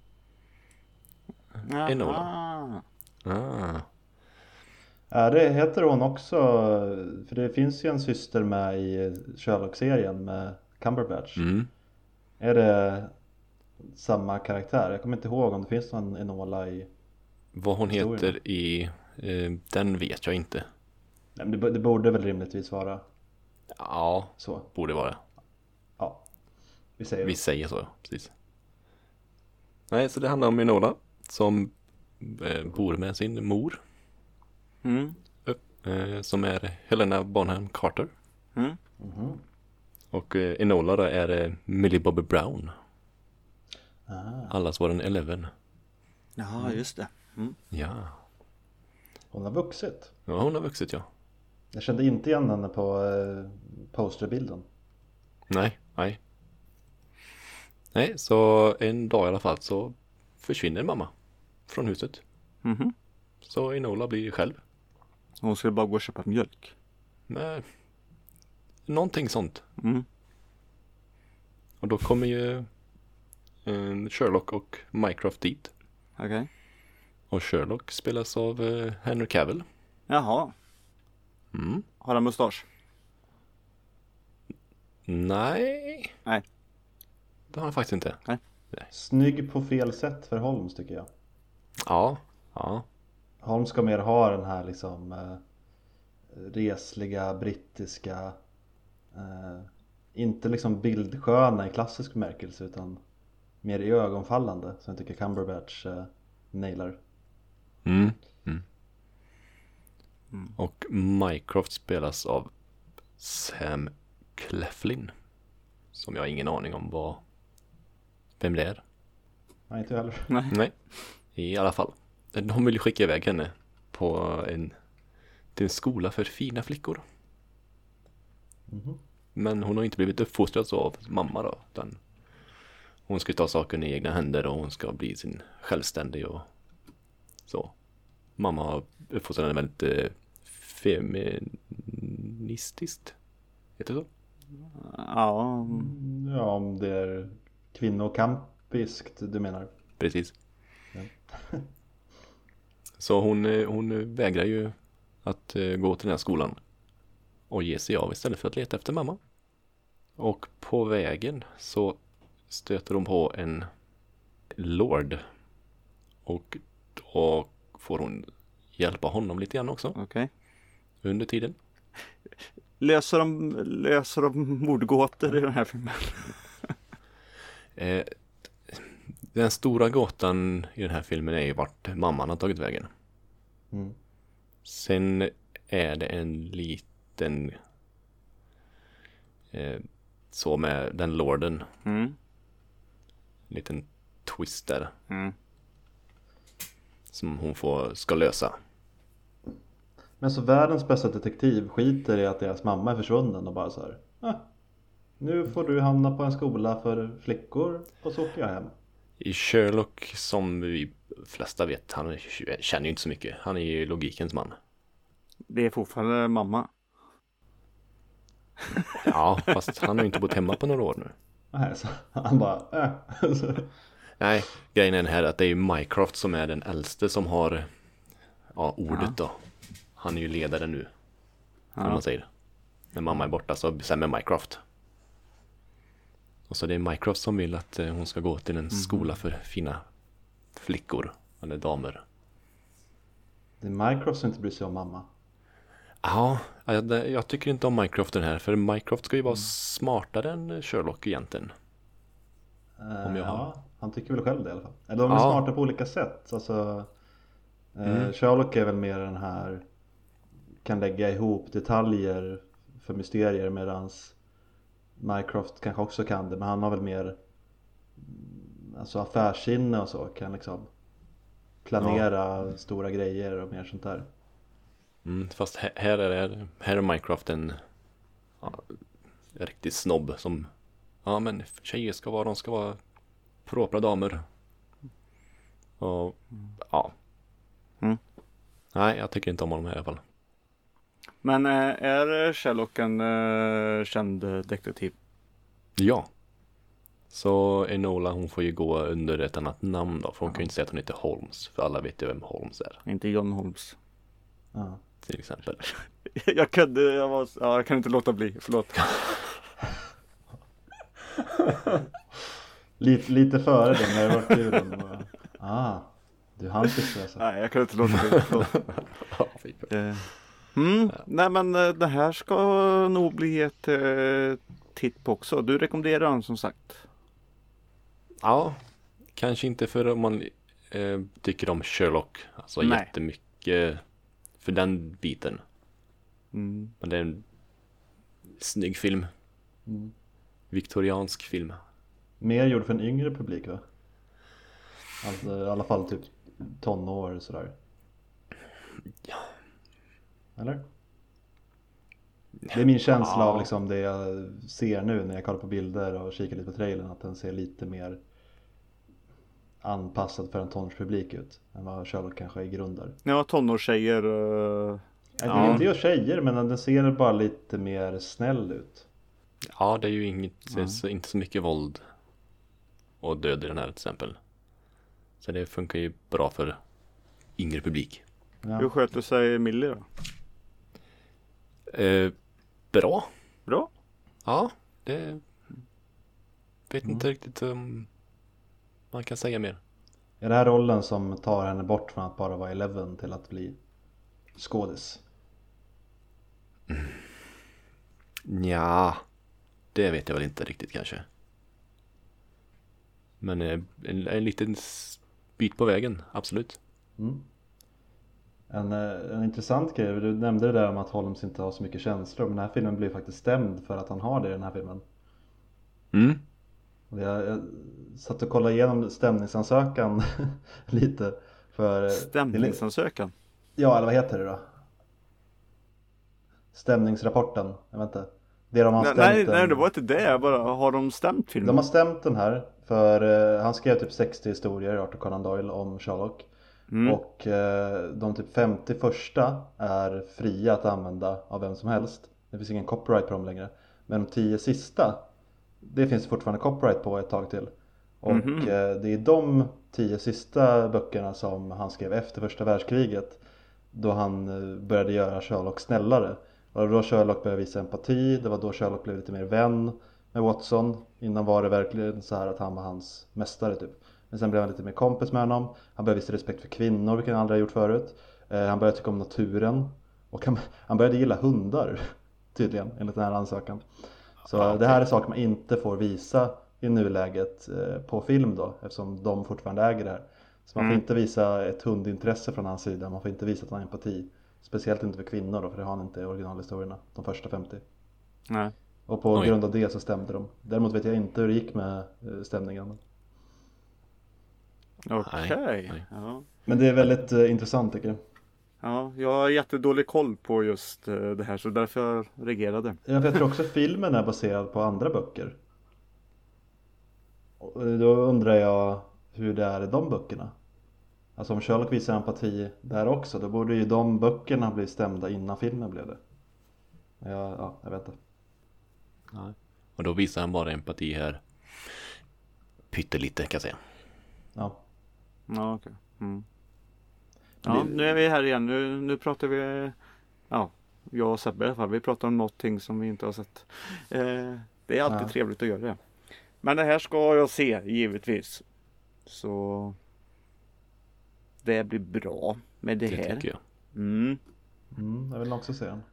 S3: Enola. Ah.
S1: Ja, det heter hon också, för det finns ju en syster med i Sherlock-serien med Cumberbatch.
S3: Mm.
S1: Är det samma karaktär? Jag kommer inte ihåg om det finns någon Enola i...
S3: Vad hon
S1: Historien.
S3: heter i eh, den vet jag inte.
S1: Nej, men det, det borde väl rimligtvis vara
S3: Ja,
S1: så.
S3: borde vara.
S1: Ja, vi säger
S3: Vi
S1: det.
S3: säger så, ja, precis. Nej, så det handlar om Enola som eh, bor med sin mor.
S2: Mm.
S3: Eh, som är Helena Bonham Carter.
S2: Mm.
S1: Mhm.
S3: Och eh, Enola då är eh, Millie Bobby Brown.
S1: Ah,
S3: Allas var en Eleven.
S2: Jaha, just det. Mm.
S3: Ja.
S1: hon har vuxit.
S3: Ja, hon har vuxit, ja.
S1: Jag kände inte igen henne på eh, posterbilden.
S3: Nej, nej. Nej, så en dag i alla fall så försvinner mamma från huset.
S2: Mhm.
S3: Så Enola blir själv.
S2: Hon skulle bara gå och köpa mjölk.
S3: Nej. Någonting sånt.
S2: Mm.
S3: Och då kommer ju eh, Sherlock och Mycroft dit.
S2: Okej.
S3: Och Sherlock spelas av eh, Henry Cavill.
S2: Jaha.
S3: Mm.
S2: Har han mustasch?
S3: Nej.
S2: Nej.
S3: Det har han faktiskt inte.
S1: Snygg på fel sätt för Holmes tycker jag.
S3: Ja. Ja.
S1: Holmes ska mer ha den här liksom eh, resliga, brittiska, eh, inte liksom bildsköna i klassisk bemärkelse utan mer i ögonfallande som jag tycker Cumberbatch eh, nailar.
S3: Mm. Mm. Och Mycroft spelas av Sam Claflin. Som jag har ingen aning om vad vem det är.
S1: Nej, inte jag heller.
S2: Nej.
S3: Nej, i alla fall. De vill ju skicka iväg henne på en, till en skola för fina flickor.
S1: Mhm.
S3: Men hon har inte blivit uppfostrad så av mamma då. Utan hon ska ta saken i egna händer och hon ska bli sin självständig och så. Mamma har uppfostrat henne väldigt eh, feministiskt. Heter det så?
S2: Ja.
S1: Mm, Ja, om det är kvinnokampiskt du menar.
S3: Precis.
S1: Ja.
S3: Så hon, eh, hon vägrar ju att eh, gå till den här skolan och ge sig av istället för att leta efter mamma. Och på vägen så stöter hon på en lord. Och då får hon hjälpa honom lite grann också
S2: Okej.
S3: under tiden.
S2: Löser de, löser de mordgåtor i den här filmen?
S3: Eh, den stora gåtan i den här filmen är ju vart mamman har tagit vägen.
S1: Mm.
S3: Sen är det en liten eh, så med den lorden,
S2: Mm.
S3: en liten twist där
S2: Mm.
S3: som hon får, ska lösa.
S1: Men så världens bästa detektiv skiter i att deras mamma är försvunnen och bara så här. Ah, nu får du hamna på en skola för flickor och så åker jag hem.
S3: I Sherlock, som vi flesta vet, han känner ju inte så mycket. Han är ju logikens man.
S2: Det är fortfarande mamma.
S3: Ja, fast han har ju inte bott hemma på några år nu.
S1: Nej, så han bara äh. Så,
S3: Nej, grejen är den här att det är ju Mycroft som är den äldste som har ja, ordet
S2: Ja.
S3: då. Han är ju ledare nu, om
S2: Ja.
S3: man säger. När mamma är borta så bestämmer Mycroft. Och så det är Mycroft som vill att eh, hon ska gå till en skola för fina flickor, eller damer.
S1: det är Mycroft som inte bryr sig om mamma.
S3: Ja, jag, jag tycker inte om Mycroft den här, för Mycroft ska ju vara smartare än Sherlock egentligen.
S1: Eh,
S3: Om jag har-
S1: Ja, han tycker väl själv det i alla fall. Eller de är
S3: Ja.
S1: smarta på olika sätt. Alltså, eh,
S3: Mm.
S1: Sherlock är väl mer den här kan lägga ihop detaljer för mysterier medans Mycroft kanske också kan det, men han har väl mer mm, alltså affärssinne och så, kan liksom planera stora grejer och mer sånt där.
S3: Mm, fast här, här är det, här är Mycroft en ja, riktig snobb som ja men tjejer ska vara, de ska vara propra damer. Och ja.
S2: Mm.
S3: Nej, jag tycker inte om honom här i alla fall.
S2: Men eh, är Sherlock en eh, känd detektiv?
S3: Ja. Så Enola, hon får ju gå under ett annat namn då. För hon kan ju inte säga att hon heter Holmes. För alla vet ju vem Holmes är.
S2: Inte John Holmes.
S1: Ja.
S3: Till exempel.
S2: jag kunde, jag var, ja, jag kan inte låta bli, förlåt.
S1: lite, lite före den när det var kul. Ah, du hann inte alltså.
S2: Nej, jag kan inte låta bli, förlåt. eh, mm, ja. Nej men eh, det här ska nog bli ett eh, titt på också. Du rekommenderar den som sagt.
S3: Ja, kanske inte för om man eh, tycker om Sherlock. Alltså
S2: Nej.
S3: jättemycket för den biten.
S2: Mm.
S3: Men det är en snygg film.
S1: Mm.
S3: Viktoriansk film.
S1: Mer gjord för en yngre publik va? Alltså, i alla fall typ tonår sådär.
S3: Ja.
S1: Eller? Det är min känsla
S3: Ja.
S1: av liksom det jag ser nu när jag kollar på bilder och kikar lite på trailern, att den ser lite mer anpassad för en tonårspublik ut än vad Sherlock kanske är i grund där.
S2: Ja, tonårstjejer. Uh,
S1: Jag
S2: ja.
S1: inte just tjejer, men den ser bara lite mer snäll ut.
S3: Ja, det är ju inget,
S1: Mm.
S3: så, inte så mycket våld och död i den här till exempel. Så det funkar ju bra för yngre publik.
S1: Ja.
S2: Hur sköter sig Millie då?
S3: Eh, bra.
S2: Bra?
S3: Ja, det vet
S1: Mm.
S3: inte riktigt om man kan säga mer.
S1: Är det här rollen som tar henne bort från att bara vara Eleven till att bli skådis?
S3: Ja, det vet jag väl inte riktigt kanske. Men eh, en, en liten s- bit på vägen, absolut.
S1: Mm. En, eh, en intressant grej, du nämnde det där om att Holmes inte har så mycket känslor, men den här filmen blir faktiskt stämd för att han har det i den här filmen.
S3: Mm.
S1: Och jag, jag satt och kollade igenom stämningsansökan lite för...
S2: Stämningsansökan?
S1: Ja, eller vad heter det då? Stämningsrapporten, jag vet inte. Det de har
S2: Nej,
S1: stämt
S2: nej,
S1: den-
S2: nej, det var inte det. Jag bara, har de stämt filmen?
S1: De har stämt den här för eh, han skrev typ sextio historier, Arthur Conan Doyle, om Sherlock.
S2: Mm.
S1: Och eh, de typ femtio första är fria att använda av vem som helst. Det finns ingen copyright på dem längre. Men de tio sista, det finns fortfarande copyright på ett tag till. Och
S2: Mhm.
S1: eh, det är de tio sista böckerna som han skrev efter första världskriget, då han eh, började göra Sherlock snällare. Och det var då Sherlock började visa empati. Det var då Sherlock blev lite mer vän med Watson. Innan var det verkligen så här att han var hans mästare typ. Men sen blev han lite mer kompis med honom. Han började visa respekt för kvinnor, vilket han aldrig har gjort förut. eh, Han började tycka om naturen. Och han, han började gilla hundar tydligen, enligt den här ansökan. Så
S3: Ja,
S1: det här är saker man inte får visa i nuläget eh, på film då, eftersom de fortfarande äger det här. Så man får
S2: Mm.
S1: inte visa ett hundintresse från hans sida. Man får inte visa att han har empati. Speciellt inte för kvinnor då, för det har han inte i originalhistorierna, de första femtio.
S2: Nej.
S1: Och på
S3: Oj.
S1: grund av det så stämde de. Däremot vet jag inte hur det gick med eh, stämningen.
S2: Okej.
S3: Nej, nej.
S2: Ja.
S1: Men det är väldigt eh, intressant tycker jag.
S2: Ja, jag har jättedålig koll på just eh, det här, så därför jag reagerade.
S1: Ja, för jag tror också filmen är baserad på andra böcker. Och då undrar jag hur det är i de böckerna. Alltså om Sherlock visar empati där också, då borde ju de böckerna bli stämda innan filmen blev det. Ja, ja jag vet inte.
S3: Nej. Och då visar han bara empati här. Pyttelite kan jag säga.
S1: Ja.
S2: Ja, okej. Mm. Ja, nu är vi här igen. Nu, nu pratar vi, ja, jag och Sebbe i alla fall, vi pratar om någonting som vi inte har sett. Eh, det är alltid
S1: Ja.
S2: trevligt att göra det. Men det här ska jag se, givetvis. Så det blir bra med det,
S3: Det
S2: här.
S3: tycker jag.
S2: Mm.
S1: Mm, jag vill också se den.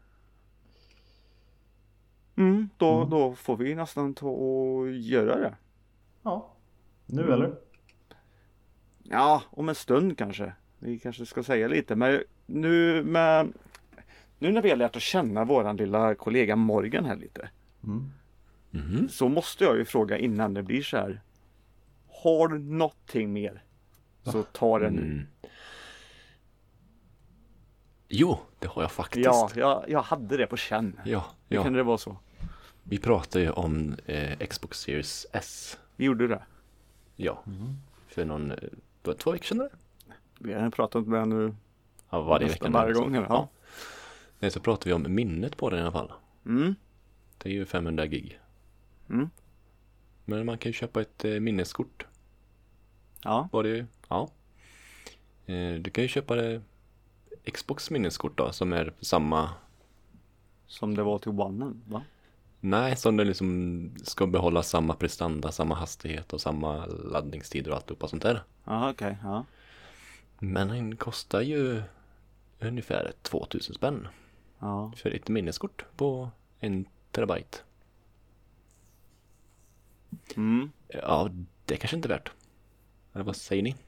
S2: Mm, då,
S1: Mm.
S2: då får vi nästan ta och göra det.
S1: Ja. Nu
S2: Mm.
S1: eller?
S2: Ja, om en stund kanske. Vi kanske ska säga lite. Men nu, med, nu när vi har lärt att känna våran lilla kollega Morgan här lite.
S1: Mm.
S3: Mhm.
S2: Så måste jag ju fråga innan det blir så här. Har du någonting mer? Så ta det nu.
S3: Mm. Jo, det har jag faktiskt.
S2: Ja, jag, jag hade det på känn.
S3: ja,
S2: Hur
S3: ja.
S2: kan det vara så?
S3: Vi pratade ju om eh, Xbox Series S.
S2: Vi gjorde det.
S3: Ja, för någon, eh, då- två veckor sedan eller?
S2: Vi har pratat med nu
S3: Ja, varje
S2: nästan
S3: vecka.
S2: varje
S3: nu,
S2: gång.
S3: så.
S2: Eller? Ja.
S3: Nej, så pratar vi om minnet på den i alla fall.
S2: Mm.
S3: Det är ju femhundra gig.
S2: Mm.
S3: Men man kan ju köpa ett eh, minneskort.
S2: Ja.
S3: Var det, ja. Eh, du kan ju köpa det Xbox minneskort då, som är samma.
S2: Som det var till One, va?
S3: Nej, som det liksom ska behålla samma prestanda, samma hastighet och samma laddningstider och alltihopa sånt där.
S2: Ja, okej, okay, ja.
S3: Men den kostar ju ungefär tvåtusen spänn.
S2: Ja.
S3: För ett minneskort på en terabyte.
S2: Mm.
S3: Ja, det är kanske inte är värt. Eller vad säger ni?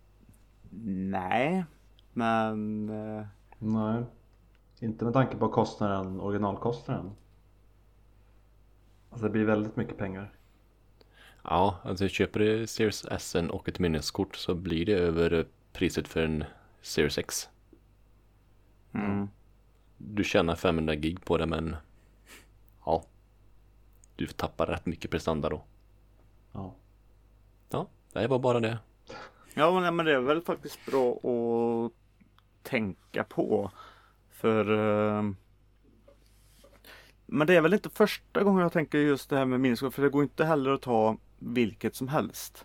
S2: Nej, men... Eh...
S1: Nej, inte med tanke på kostnaden, originalkostnaden. Alltså det blir väldigt mycket pengar.
S3: Ja, alltså köper du Series S och ett minneskort så blir det över priset för en Series X.
S2: Mm.
S3: Du tjänar femhundra gig på det, men ja, du tappar rätt mycket prestanda då.
S1: Ja.
S3: Ja, det var bara det.
S2: Ja, men, men det är väl faktiskt bra att tänka på. För... Eh... Men det är väl inte första gången jag tänker just det här med minneskort. För det går inte heller att ta vilket som helst.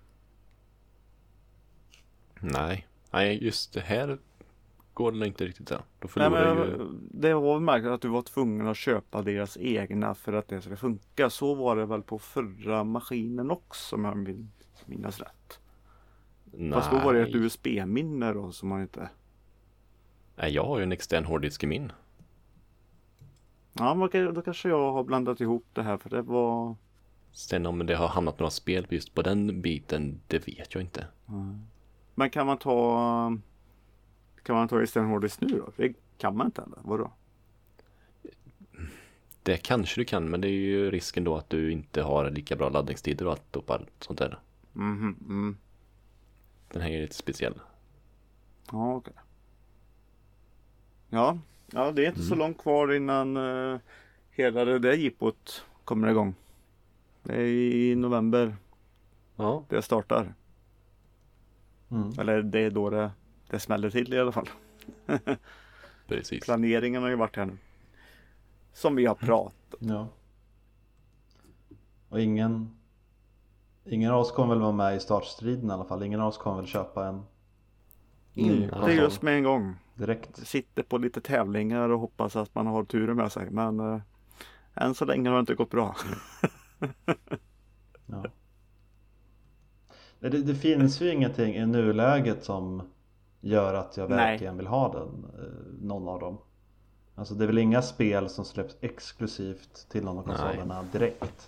S3: Nej, nej just det här går det inte riktigt så. Då
S2: Nej,
S3: förlorar
S2: men,
S3: ju...
S2: Det var märkt att du var tvungen att köpa deras egna för att det ska funka. Så var det väl på förra maskinen också, om jag min- minns rätt.
S3: Nej.
S2: Fast då var det ett U S B-minne då som man inte...
S3: Nej, jag har ju en extern hårddisk i min.
S2: Ja, men okej, då kanske jag har blandat ihop det här, för det var...
S3: Sen om det har hamnat några spel just på den biten, det vet jag inte.
S2: Mm. Men kan man ta... Kan man ta extern hårddisk nu då? Det kan man inte eller? Vadå?
S3: Det kanske du kan, men det är ju risken då att du inte har lika bra laddningstider och allt och allt sånt där.
S2: Mhm, mm.
S3: Den här är lite speciell.
S2: Ja, okej. Ja, ja, det är inte
S3: Mm.
S2: så långt kvar innan uh, hela det där jippot kommer igång. Det är i november
S3: Ja,
S2: det startar.
S1: Mm.
S2: Eller det är då det, det smäller till i alla fall.
S3: precis.
S2: Planeringen har ju varit här nu. Som vi har pratat.
S1: Ja. Och ingen Ingen av oss kommer väl vara med i startstriden i alla fall. Ingen av oss kommer väl köpa en ny
S2: Inte
S1: konsol
S2: just med en gång.
S1: direkt.
S2: Sitter på lite tävlingar och hoppas att man har turen med sig. Men uh, än så länge har det inte gått bra.
S1: Ja. Det, det finns ju ingenting i nuläget som gör att jag
S2: Nej.
S1: verkligen vill ha den, eh, någon av dem. Alltså det är väl inga spel som släpps exklusivt till någon av konsolerna direkt.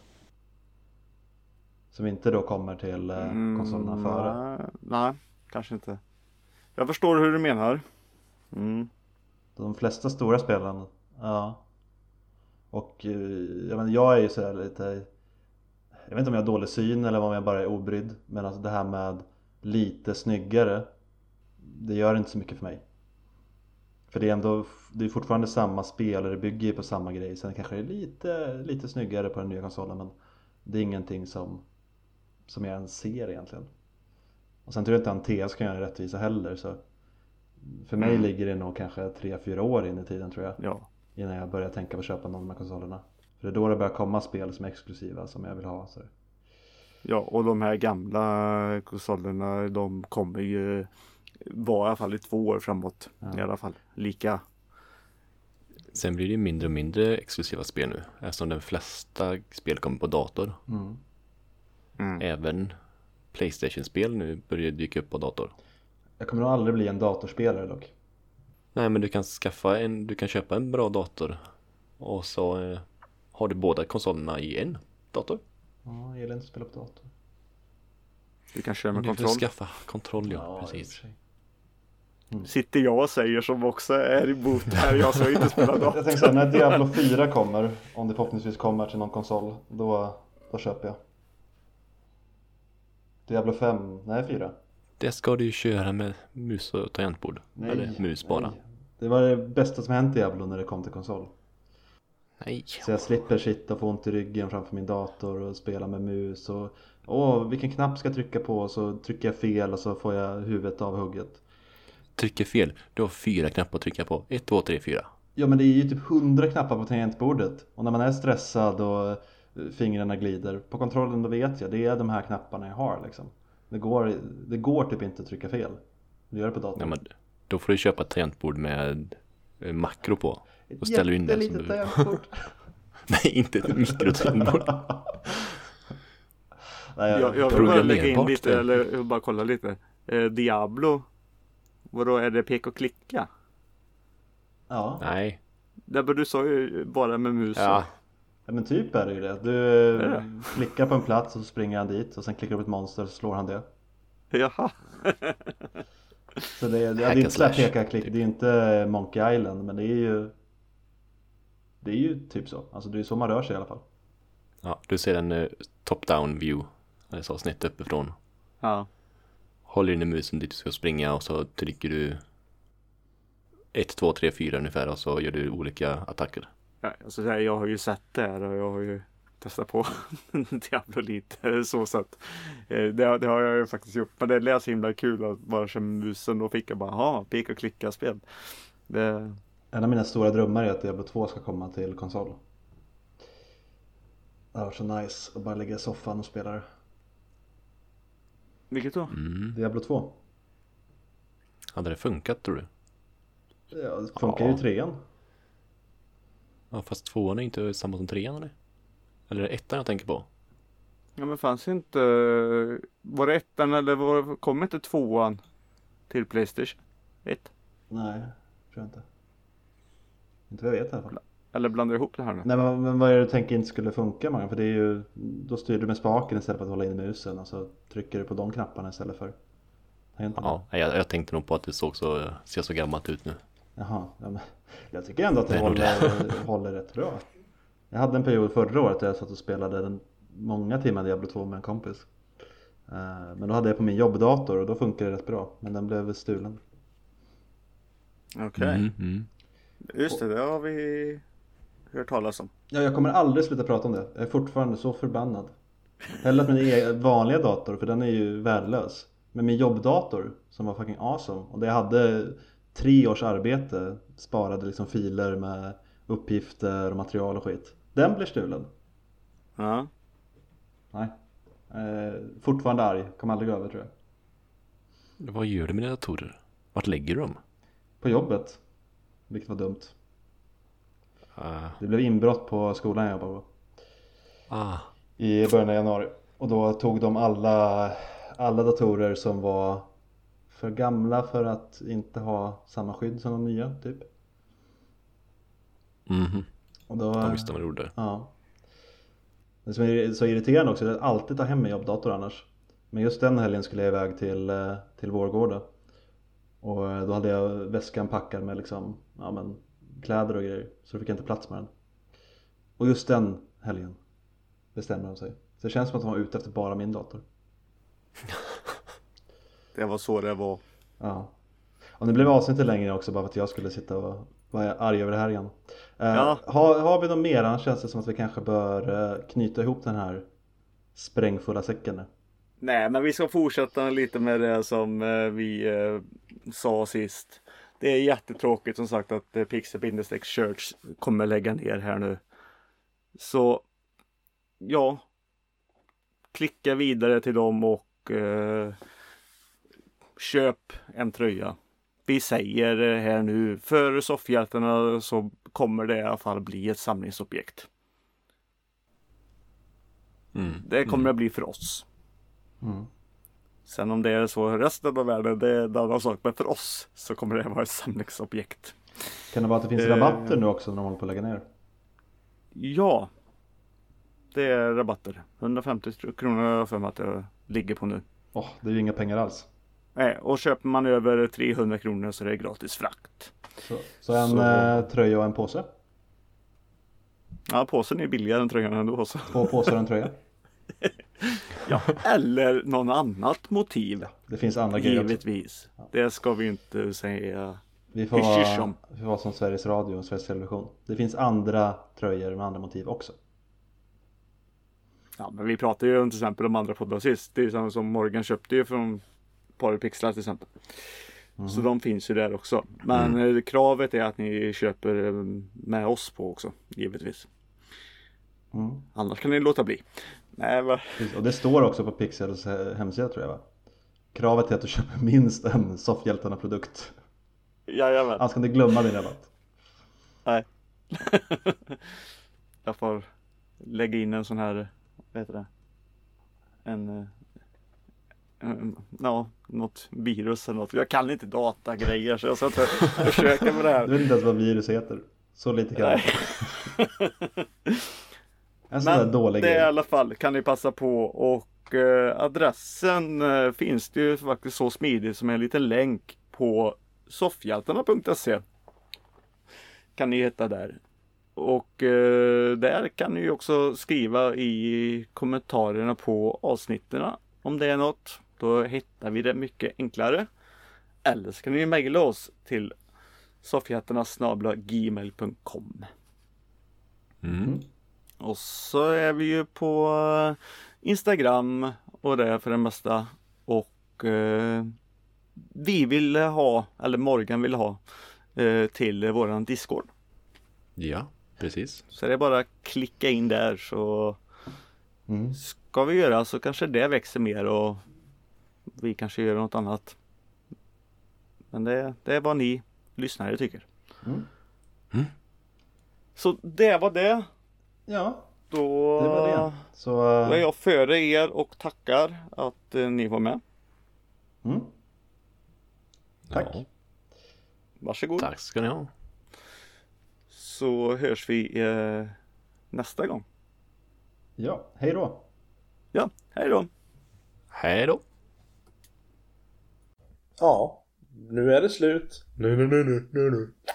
S1: Som inte då kommer till eh, konsolerna före.
S2: Nej, nej, kanske inte. Jag förstår hur du menar. Mm.
S1: De flesta stora spelen, ja. Och eh, jag, men, jag är ju så här lite, jag vet inte om jag har dålig syn eller om jag bara är obrydd. Men alltså det här med lite snyggare, det gör inte så mycket för mig. För det är ändå, det är fortfarande samma spel och det bygger ju på samma grej. Sen kanske det är lite, lite snyggare på den nya konsolen, men det är ingenting som, som jag ens ser egentligen. Och sen tror jag inte att en T S kan göra rättvisa heller, så för mig
S2: Mm.
S1: ligger det nog kanske tre fyra år in i tiden tror jag,
S2: Ja.
S1: innan jag börjar tänka på att köpa någon av de här konsolerna. För det är då det börjar komma spel som är exklusiva som jag vill ha. Så.
S2: Ja, och de här gamla konsolerna, de kommer ju vara i alla fall i två år framåt.
S1: Ja.
S2: I alla fall lika.
S3: Sen blir det mindre och mindre exklusiva spel nu. Eftersom de flesta spel kommer på dator.
S1: Mm.
S2: Mm.
S3: Även PlayStation-spel nu börjar dyka upp på dator.
S1: Jag kommer nog aldrig bli en datorspelare dock.
S3: Nej, men du kan skaffa en, du kan köpa en bra dator. Och så eh, har du båda konsolerna i en dator.
S1: Ja, jag gillar inte att spela på dator.
S2: Du kan köra
S3: Men
S2: med
S3: du får
S2: kontroll.
S3: skaffa kontroll, ja,
S1: i och för
S3: precis.
S1: sig.
S2: Sitter jag och säger som också är emot det här. Jag ska inte spela dator.
S1: Jag tänker så här, när Diablo fyra kommer, om det förhoppningsvis kommer till någon konsol, då, då köper jag. Diablo fem, nej fyra.
S3: Det ska du ju köra med mus och tangentbord. Eller mus bara.
S1: Nej. Det var det bästa som hänt i Diablo när det kom till konsol.
S3: Nej.
S1: Så jag slipper sitta och få ont i ryggen framför min dator och spela med mus och åh, vilken knapp ska jag trycka på, så trycker jag fel och så får jag huvudet av hugget.
S3: Trycker fel. Du har fyra knappar att trycka på. Ett, två, tre, fyra.
S1: Ja, men det är ju typ hundra knappar på tangentbordet. Och när man är stressad och fingrarna glider på kontrollen, då vet jag, det är de här knapparna jag har liksom. Det går, det går typ inte att trycka fel. Du gör det på datorn.
S3: Ja, men då får du köpa ett tangentbord med eh, makro på. Och ställer in det som du...
S1: tangentbord.
S3: Nej, inte ett mikrotangentbord.
S1: Nej, jag,
S2: Jag, jag vill bara lägga in lite, eller jag vill bara kolla lite. Eh, Diablo, vadå, är det pek och klicka?
S1: ja.
S3: Nej.
S2: Det bör du sa ju bara med musen.
S3: Ja.
S1: Ja, men typ är det ju det. Du
S2: Är det?
S1: klickar på en plats och så springer han dit och sen klickar du på ett monster och så slår han det.
S2: Jaha.
S1: Så det, det, det är
S3: Hack
S1: inte
S3: and
S1: så här
S3: slash,
S1: peka-klick,
S3: typ.
S1: det är inte Monkey Island, men det är ju det är ju typ så. Alltså det är så man rör sig i alla fall.
S3: Ja, du ser en uh, top-down view. Eller så snitt uppifrån.
S2: Ja.
S3: Håller in i musen dit du ska springa och så trycker du ett, två, tre, fyra ungefär och så gör du olika attacker.
S2: Ja, alltså, jag har ju sett det här och jag har ju testat på Diablo lite så sett. Det, det har jag ju faktiskt gjort. Men det lät så himla kul att bara köra musen och fick jag bara, ha, peka och klicka spel. Det...
S1: En av mina stora drömmar är att Diablo två ska komma till konsol. Det var så nice att bara ligga i soffan och spela det.
S2: Vilket då?
S3: Mm.
S1: Diablo två.
S3: Hade det funkat tror du?
S1: Ja, det funkar
S3: Ja.
S1: ju i trean.
S3: Ja, fast tvåan är inte samma som trean eller? Eller är det ettan jag tänker på?
S2: Ja, men fanns inte, var det ettan eller var, kom inte tvåan till PlayStation ett?
S1: Nej, tror jag inte. Inte vad jag vet i alla fall.
S2: Eller blandar ihop det här nu?
S1: Nej, men, men vad är det du tänker inte skulle funka, Magnus? För det är ju, då styr du med spaken istället för att hålla in musen och så trycker du på de knapparna istället för tangenterna.
S3: Ja, jag, jag tänkte nog på att det såg så, ser så gammalt ut nu.
S1: Jaha, ja, men jag tycker ändå att det,
S3: Det är nog
S1: håller, håller rätt bra. Jag hade en period förra året där jag satt och spelade den många timmar Diablo två med en kompis. Uh, men då hade jag på min jobbdator och då funkade det rätt bra. Men den blev stulen.
S2: Okej.
S3: Mm, mm.
S2: Just det, det har vi hört talas om.
S1: Ja, jag kommer aldrig sluta prata om det. Jag är fortfarande så förbannad. Hellre att min egen vanliga dator, för den är ju värdelös. Men min jobbdator som var fucking awesome. Och det jag hade tre års arbete, sparade liksom filer med uppgifter och material och skit. Den blir stulen.
S2: Ja.
S1: Nej. Eh, fortfarande arg. Kommer aldrig gå över tror jag.
S3: Vad gör du med dina datorer? Vart lägger du dem?
S1: På jobbet. Vilket var dumt.
S3: Uh,
S1: Det blev inbrott på skolan jag jobbade på.
S3: ah,
S1: I början av januari. Och då tog de alla, alla datorer som var för gamla för att inte ha samma skydd som de nya typ.
S3: mhm.
S1: Och då,
S3: De visste vad de gjorde.
S1: ja. Det som är så irriterande också är att alltid ta hem min jobbdator annars. Men just den helgen skulle jag iväg till, eh, till Vårgårda. Och då hade jag väskan packad med liksom, ja, men, kläder och grejer. Så då fick jag inte plats med den. Och just den helgen bestämde de sig. Så det känns som att de var ute efter bara min dator.
S2: Det var så det var.
S1: Ja. Och nu blev avsnittet längre också bara för att jag skulle sitta och vara arg över det här igen. Eh,
S2: Ja.
S1: har, har vi något mer? Annars känns det som att vi kanske bör eh, knyta ihop den här sprängfulla säcken nu.
S2: Nej, men vi ska fortsätta lite med det som eh, vi eh, sa sist. Det är jättetråkigt som sagt att eh, Pixel-Church kommer lägga ner här nu. Så ja, klicka vidare till dem och eh, köp en tröja. Vi säger eh, här nu, för soffhjältarna så kommer det i alla fall bli ett samlingsobjekt.
S3: Mm.
S2: Det kommer det bli för oss.
S1: Mm.
S2: Sen om det är så resten av världen, det är en annan sak. Men för oss så kommer det vara ett samlingsobjekt.
S1: Kan det vara att det finns
S2: Eh.
S1: rabatter nu också när de håller på att lägga ner?
S2: Ja, det är rabatter. hundrafemtio kronor har jag för mig att det ligger på nu.
S1: Åh, det är ju inga pengar alls.
S2: Nej, och köper man över trehundra kronor så är det gratis frakt.
S1: Så, så en
S2: Så-
S1: Eh, tröja och en påse?
S2: Ja, påsen är billigare än tröjan ändå. Så.
S1: Två påsar och en tröja?
S2: Ja, eller någon annat motiv.
S1: Det finns andra grejer också.
S2: Givetvis. Det ska vi inte säga.
S1: Vi får,
S2: Hysch,
S1: vara,
S2: om.
S1: vi får vara som Sveriges Radio och Sveriges Television. Det finns andra tröjor med andra motiv också.
S2: Ja, men vi pratade ju till exempel om andra poddar sist. Det är samma som Morgan köpte ju från Parapixlar till exempel. Mm. Så de finns ju där också. Men mm. kravet är att ni köper med oss på också, givetvis. Mm. Annars kan ni låta bli. Nej, va?
S1: Och det står också på Pixels hemsida tror jag, va? Kravet är att du köper minst en Soffhjältarna-produkt.
S2: Jajamän.
S1: Annars kan du glömma din rabatt.
S2: Nej. Jag får lägga in en sån här, vad heter det? En, en ja, något virus eller något. Jag kan inte datagrejer så jag ska inte försöka med det här.
S1: Du vet inte ens vad virus heter. Så lite kan jag. En sån där dålig
S2: det
S1: grej.
S2: I alla fall kan ni passa på, och eh, adressen eh, finns det ju faktiskt så smidigt som en liten länk på soffhjältarna punkt se. Kan ni hitta där. Och eh, där kan ni ju också skriva i kommentarerna på avsnitterna om det är något. Då hittar vi det mycket enklare. Eller så kan ni mejla oss till soffhjältarna snabel-a gmail punkt com.
S3: Mm.
S2: Och så är vi ju på Instagram och det för det mesta. Och eh, vi vill ha, eller Morgan vill ha, eh, till våran Discord.
S3: Ja, precis.
S2: Så det är bara att klicka in där så
S1: Mm.
S2: ska vi göra, så kanske det växer mer och vi kanske gör något annat. Men det, det är vad ni lyssnare tycker.
S1: Mm.
S3: Mm.
S2: Så det var det.
S1: Ja,
S2: Då,
S1: det var det. Så,
S2: då är jag före er och tackar att eh, ni var med.
S1: Mm. Tack.
S3: Ja.
S2: Varsågod.
S3: Tack ska ni ha.
S2: Så hörs vi eh, nästa gång.
S1: Ja, hej då.
S2: Ja, hej då.
S3: Hej då.
S4: Ja, nu är det slut. Nu, nu, nu, nu, nu, nu.